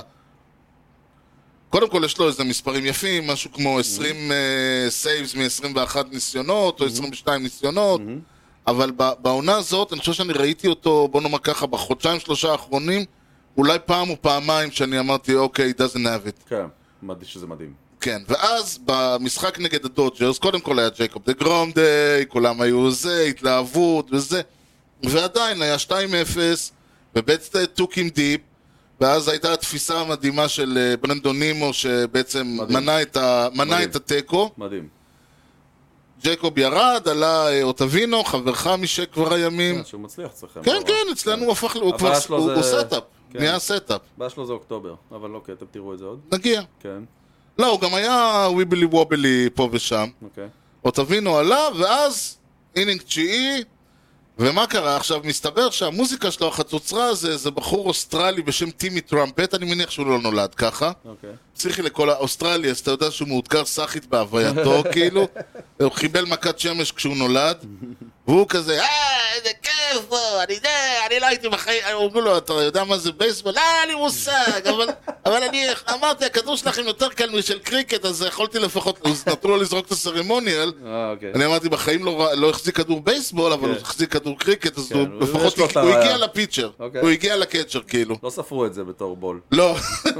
קודם כל יש לו איזה מספרים יפים, משהו כמו 20 סייבס מ-21 ניסיונות, או 22 ניסיונות, אבל בעונה הזאת, אני חושב שאני ראיתי אותו, בוא נאמר ככה, בחודשיים 3 האחרונים, אולי פעם או פעמיים שאני אמרתי, אוקיי, it doesn't have it. כן, שזה מדהים. כן, ואז במשחק נגד הדודג'רס, קודם כל היה ג'ייקוב דה גרום דיי, כולם היו זה, התלהבות וזה, ועדיין היה 2-0, ובאצט טוקים דיפ, ואז הייתה התפיסה המדהימה של ברנדון נימו, שבעצם מנע את הטקו. מדהים. ג'ייקוב ירד, עלה אוטבינו, חברך משק כבר הימים. שהוא מצליח אצלכם. כן, כן, אצלנו הוא הפך, הוא סטאפ, נהיה סטאפ. הבא שלו זה אוקטובר, אבל אוקיי, אתם תראו את זה עוד. נגיע. כן. לא, הוא גם היה וויבלי וובלי פה ושם. אוקיי. אוטבינו עלה, ואז אינינג 9, ומה קרה? עכשיו, מסתבר שהמוזיקה שלו, החצוצרה, זה בחור אוסטרלי בשם טימי טראמפט, אני מניח שהוא לא נולד ככה. אוקיי. צריכי לכל האוסטרלי, אז אתה יודע שהוא מאותגר סאחית בהווייתו, כאילו. הוא חיבל מכת שמש כשהוא נולד, והוא כזה, איזה כיף פה, אני לא הייתי בחיים, אומרים לו, אתה יודע מה זה בייסבול? אין לי מושג, אבל אני אמרתי, הכדור שלכם יותר קל משל קריקט, אז יכולתי לפחות, נתנו לו לזרוק את הסרמוניאל, אני אמרתי, בחיים לא החזיק כדור בייסבול, אבל הוא החזיק כדור קריקט, אז הוא לפחות, הוא הגיע לפיצ'ר, הוא הגיע לקצ'ר, כאילו. לא ספרו את זה בתור בול. לא.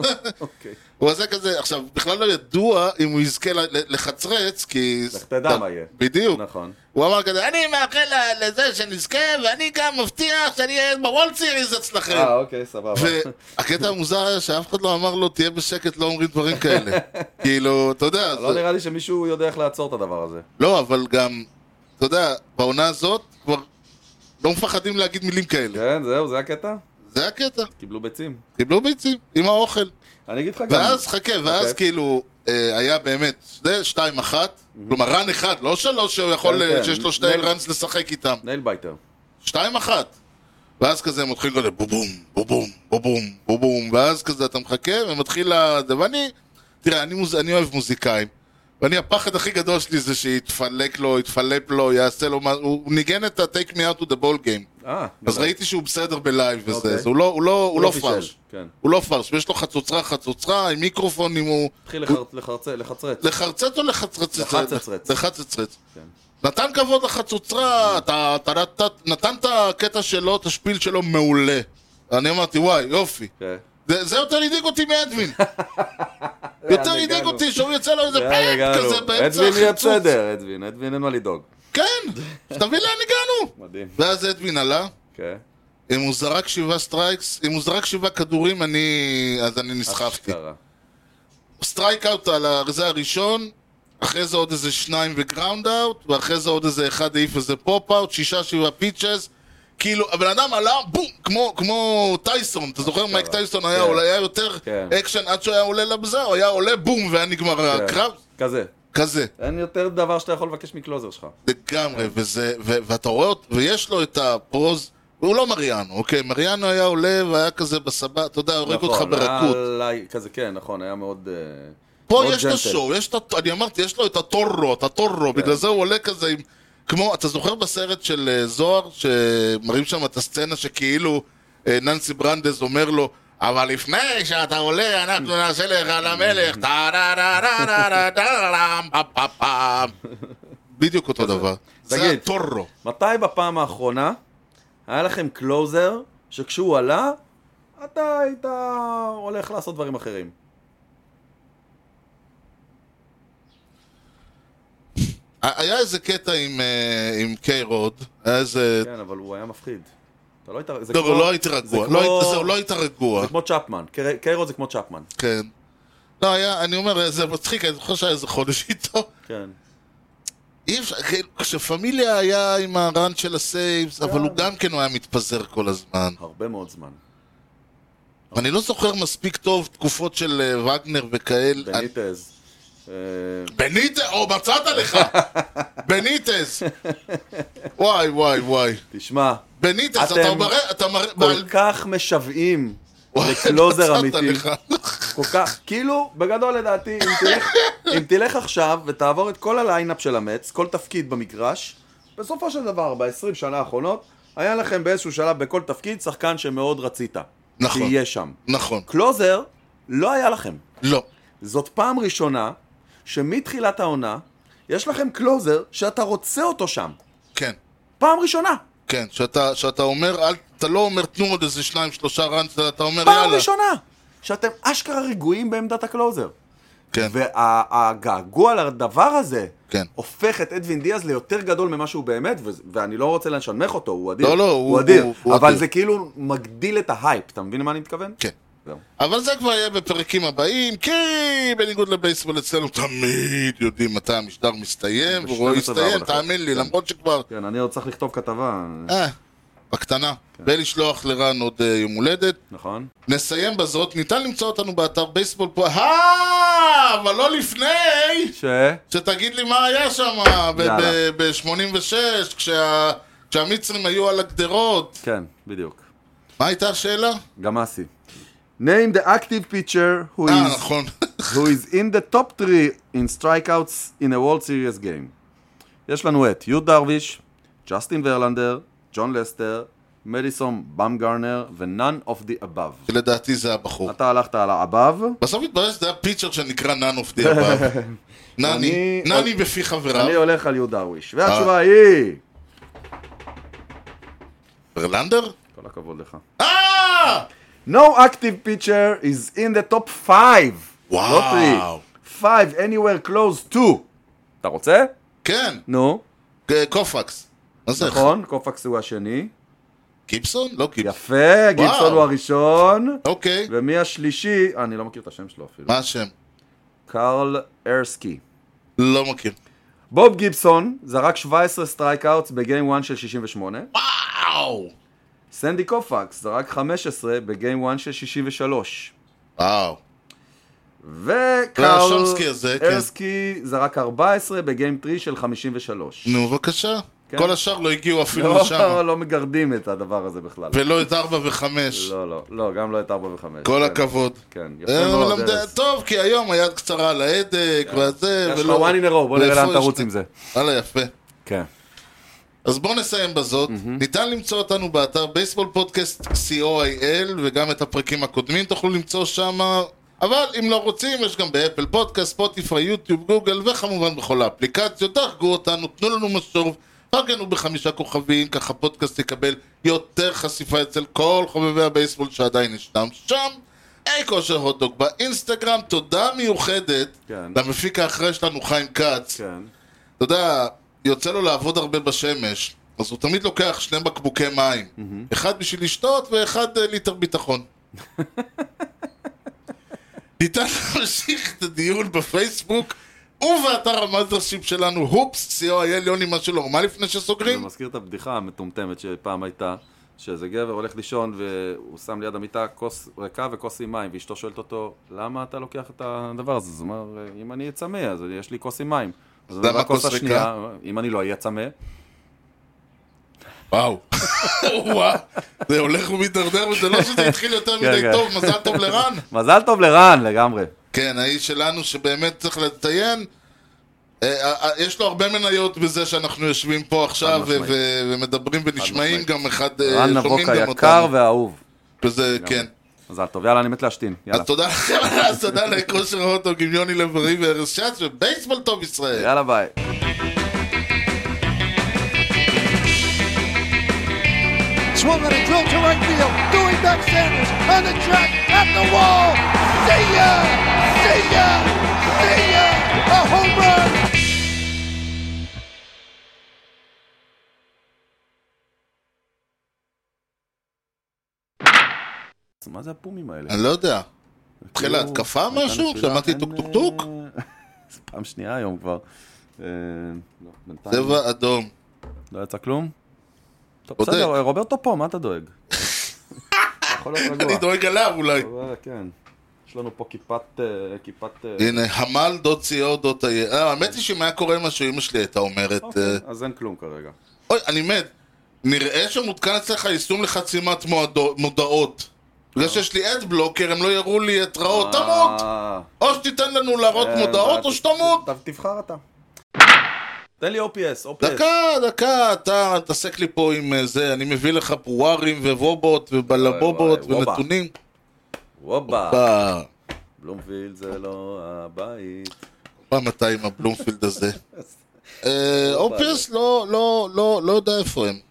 הוא עושה כזה, עכשיו, בכלל לא ידוע אם הוא יזכה לחצרץ, כי... לך תדע מה יהיה. בדיוק. נכון. הוא אמר כזה, אני מאחל לזה שנזכה, ואני גם מבטיח שאני אהיה בוולד סיריז אצלכם. אוקיי, סבבה. והקטע המוזר היה שאף אחד לא אמר לו, תהיה בשקט, לא אומרים דברים כאלה. כאילו, אתה יודע... לא נראה לי שמישהו יודע איך לעצור את הדבר הזה. לא, אבל גם, אתה יודע, בעונה הזאת כבר לא מפחדים להגיד מילים כאלה. כן, זהו, זה הקטע? זה הקטע. קיבלו ביצים. קיבלו ביצים, עם האוכל. אני אגיד לך גם... ואז, חכה, ואז כאילו, היה באמת, זה 2-1, כלומר רן אחד, לא 3 שהוא יכול, שיש לו 2 ראנס לשחק איתם. נייל בייטר. 2-1. ואז כזה הם מתחיל כזה בובום, בובום, בובום, בובום, ואז כזה אתה מחכה ומתחיל ואני, תראה, אני אוהב מוזיקאים, ואני הפחד הכי גדול שלי זה שיתפלק לו, יתפלפ לו, יעשה לו, הוא ניגן את ה-Take Me Out to the Ball Game. אז ראיתי שהוא בסדר בלייב וזה, אז הוא לא פרש. הוא לא פרש, ויש לו חצוצרה, עם מיקרופון, אם הוא... התחיל לחצרץ. לחרצץ או לחצצרץ? לחצצרץ. נתן כבוד לחצוצרה, נתן את הקטע שלו, את השפיל שלו מעולה. אני אמרתי, וואי, יופי. זה יותר ידיג אותי מאדווין. יותר ידיג אותי שהוא יוצא לו איזה פאק כזה באמצע החצוץ. אדווין יהיה בסדר, אדווין אין מה לדאוג. כן, שתבין לאן הגענו. מדהים. ואז אדווין עלה. אם הוא זרק 7 סטרייקס, אם הוא זרק 7 כדורים, אז אני נסחפתי. סטרייק אאוט על הרזה הראשון, אחרי זה עוד איזה 2 וגראונד אאוט, ואחרי זה עוד איזה 1 העיף איזה פופ אאוט, 6-7 פיצ'ס, כאילו, הבן אדם עלה, בום, כמו טייסון, אתה זוכר מייק טייסון היה יותר אקשן עד שהוא היה עולה לבזה, הוא היה עולה בום והיה נגמר הקרב. כזה. אין יותר דבר שאתה יכול לבקש מקלוזר שלך. לגמרי, ואתה רואה, ויש לו את הפרוז, והוא לא מריאנו, אוקיי, מריאנו היה עולה והיה כזה בסבא, אתה יודע, הורג אותך ברכות. כזה, כן, נכון, היה מאוד... פה יש את השואו, אני אמרתי, יש לו את הטורו, בגלל זה הוא עולה כזה עם... כמו, אתה זוכר בסרט של זוהר, שמראים שם את הסצנה שכאילו ננסי ברנדז אומר לו, אבל לפני שאתה עולה, אנחנו נעשה לך למלך, בדיוק אותו דבר. זה הטורו. מתי בפעם האחרונה היה לכם קלוזר, שכשהוא עלה, אתה היית הולך לעשות דברים אחרים? היה איזה קטע עם קיי-רוד, היה איזה... כן, אבל הוא היה מפחיד. לא הייתי רגוע, לא היית רגוע. זה כמו צ'אפמן, קיי-רוד זה כמו צ'אפמן. כן. לא, היה, אני אומר, זה מצחיק, אני זוכר שהיה איזה חודש איתו. כן. אי אפשר, כשפמיליה היה עם הרן של הסייבס, אבל הוא גם כן היה מתפזר כל הזמן. הרבה מאוד זמן. אני לא זוכר מספיק טוב תקופות של וגנר וכאל. בניטז, או מצאת לך! בניטז! וואי. תשמע, בניטז, אתה מראה... כל כך משוועים לקלוזר אמיתי. כל כך, כאילו, בגדול לדעתי, אם תלך עכשיו ותעבור את כל הליינאפ של המץ, כל תפקיד במגרש, בסופו של דבר, ב-20 שנה האחרונות, היה לכם באיזשהו שלב בכל תפקיד שחקן שמאוד רצית. נכון. שיהיה שם. נכון. קלוזר לא היה לכם. לא. זאת פעם ראשונה שמתחילת העונה יש לכם קלוזר שאתה רוצה אותו שם. כן. פעם ראשונה. כן, שאתה אומר, אתה לא אומר תנו עוד איזה 2-3 ראנס, אתה אומר פעם יאללה. פעם ראשונה. שאתם אשכרה רגועים בעמדת הקלוזר. כן. והגעגוע לדבר הזה כן. הופך את אדווין דיאז ליותר גדול ממה שהוא באמת, ואני לא רוצה לשנמך אותו, הוא אדיר. לא, הוא אדיר. אבל זה כאילו מגדיל את ההייפ, אתה מבין למה אני מתכוון? כן. אבל זה כבר יהיה בפרקים הבאים, כי בניגוד לבייסבול אצלנו תמיד יודעים מתי המשדר מסתיים, והוא יסתיים, תאמין לי, למרות שכבר... כן, אני עוד צריך לכתוב כתבה. בקטנה. ולשלוח לרן עוד יום הולדת. נכון. נסיים בזאת, ניתן למצוא אותנו באתר בייסבול פה, אבל לא לפני שתגיד לי מה היה שם ב-86, כשהמצרים היו על הגדרות. כן, בדיוק. מה הייתה השאלה? גם אסי. Name the active pitcher who is in the top 3 in strikeouts in a World Series game. יש לנו את יו דרוויש, ג'סטין ורלנדר, ג'ון לסטר, מדיסון במגרנר ו-none of the above. לדעתי זה הבחור. אתה הלכת על ה-above. בסוף התברר שזה היה פיצ'ר שנקרא none of the above. נני בפי חבריו. אני הולך על יו דרוויש. והתשובה היא... ורלנדר? כל הכבוד לך. No active pitcher is in the top 5. וואו. 5 anywhere close to. אתה רוצה? כן. נו. קופקס. נכון, קופקס הוא השני. גיבסון? לא גיבסון. יפה, גיבסון הוא הראשון. אוקיי. ומי השלישי? אני לא מכיר את השם שלו אפילו. מה השם? קרל ארסקי. לא מכיר. בוב גיבסון זרק 17 סטרייקאוטס בגיים 1 של 68. וואו! סנדי קופקס זרק 15 בגיים 1 של 63. וואו. וקארל והשומסקי הזה, כן. ארסקי זרק 14 בגיים 3 של 53. נו, בבקשה. כן. כל השאר לא הגיעו אפילו לשם. לא מגרדים את הדבר הזה בכלל. ולא את 4 ו-5. לא, גם לא את 4 ו-5. כל הכבוד. כן, יפה מאוד. טוב, כי היום היד קצרה על ההדק, והזה, יש לך one in a row, בוא נראה לאן תרוץ עם זה. הלאה, יפה. כן. אז בואו נסיים בזאת. ניתן למצוא אותנו באתר בייסבול פודקאסט co.il, וגם את הפרקים הקודמים תוכלו למצוא שם. אבל אם לא רוצים, יש גם באפל פודקאסט, ספוטיפיי, יוטיוב, גוגל, וכמובן בכל האפליקציות. דרגו אותנו, תנו לנו משוב, פרגנו ב5 כוכבים, ככה פודקאסט יקבל יותר חשיפה אצל כל חובבי הבייסבול שעדיין ישנם שם. כושר הוטדוג באינסטגרם. תודה מיוחדת למפיק האחרי שלנו, חיים כץ. אתה יודע, יוצא לו לעבוד הרבה בשמש, אז הוא תמיד לוקח 2 בקבוקי מים. אחד בשביל לשתות ואחד ליטר ביטחון. ניתן להמשיך את הדיון בפייסבוק ובאתר המאזרשיפ שלנו, הופס, co.il. יוני, משהו נורמלי לפני שסוגרים? זה מזכיר את הבדיחה המטומטמת שפעם הייתה, שאיזה גבר הולך לישון והוא שם ליד המיטה כוס ריקה וכוס עם מים, ואשתו שואלת אותו, למה אתה לוקח את הדבר הזה? אז הוא אומר, אם אני אצמא, אז יש לי כוס עם מים. למה כוס ריקה? אם אני לא אהיה צמא. וואו, זה הולך ומתדרדר, וזה לא שזה התחיל יותר מדי טוב. מזל טוב לרן. מזל טוב לרן, לגמרי. כן, האיש שלנו שבאמת צריך לציין, יש לו הרבה מניות בזה שאנחנו יושבים פה עכשיו ומדברים ונשמעים גם אחד, רן נבוק היקר והאהוב. וזה, כן. מזל טוב, יאללה, אני מת להשתין. אז תודה לכם, אז תודה לכושר הוטדוג עם יוני לב-ארי וארז שץ, ובייסבול טוב ישראל. יאללה, ביי. Swung on a drill to right field. Doing back Sanders on the track at the wall. See ya! See ya! See ya! A home run! מה זה הפומים האלה? אני לא יודע. התחילה התקפה משהו? שמעתי טוק טוק טוק? זה פעם שנייה היום כבר. צבע אדום. לא יצא כלום? בסדר, רוברטו פה, מה אתה דואג? אני דואג עליו אולי. כן. יש לנו פה כיפת... הנה, המל.co.il. האמת היא שאם היה קורה משהו, אמא שלי הייתה אומרת... אז אין כלום כרגע. אוי, אני מת. נראה שמותקן אצלך יישום לחסימת מודעות. בגלל שיש לי אד בלוקר, הם לא יראו לי התראות. תמות! או שתיתן לנו להראות מודעות, או שתמות. תבחר אתה. תן לי OPS. דקה, אתה תעסק לי פה עם זה, אני מביא לך פוארים ובובות ובלבובות ונתונים. וובה. בלומפילד זה לא הבית. מתי עם הבלומפילד הזה? OPS לא יודע איפה הם.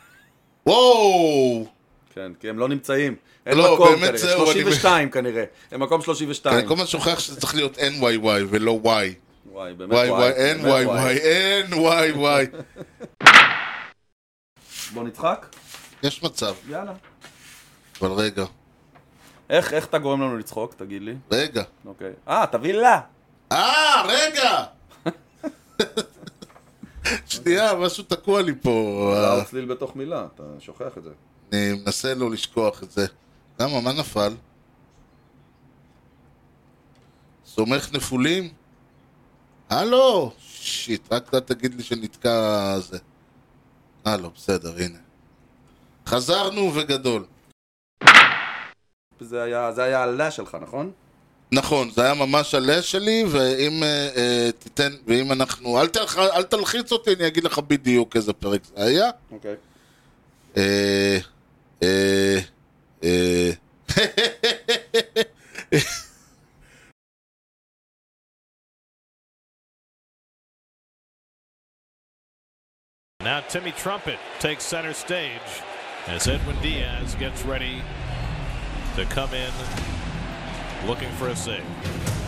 וואו! כן, כי הם לא נמצאים. אין מקום כנראה, 32 כנראה. הם מקום 32. אני כל הזמן שוכח שזה צריך להיות NYY ולא Y. וואי, באמת וואי. אין וואי. בוא נצחק? יש מצב. יאללה. אבל רגע. איך אתה גורם לנו לצחוק, תגיד לי? רגע. אוקיי. תביא לה. רגע! שנייה, משהו תקוע לי פה. אתה צליל בתוך מילה, אתה שוכח את זה. אני מנסה לא לשכוח את זה. למה, מה נפל? סומך נפולים? הלו! שיט, רק אתה תגיד לי שנתקע זה. לא, בסדר, הנה. חזרנו וגדול. זה היה הלה שלך, נכון? נכון, זה היה ממש הלה שלי, ואם אנחנו... אל תלחיץ אותי, אני אגיד לך בדיוק איזה פרק זה היה. אוקיי. Now Timmy Trumpet takes center stage as Edwin Diaz gets ready to come in looking for a save.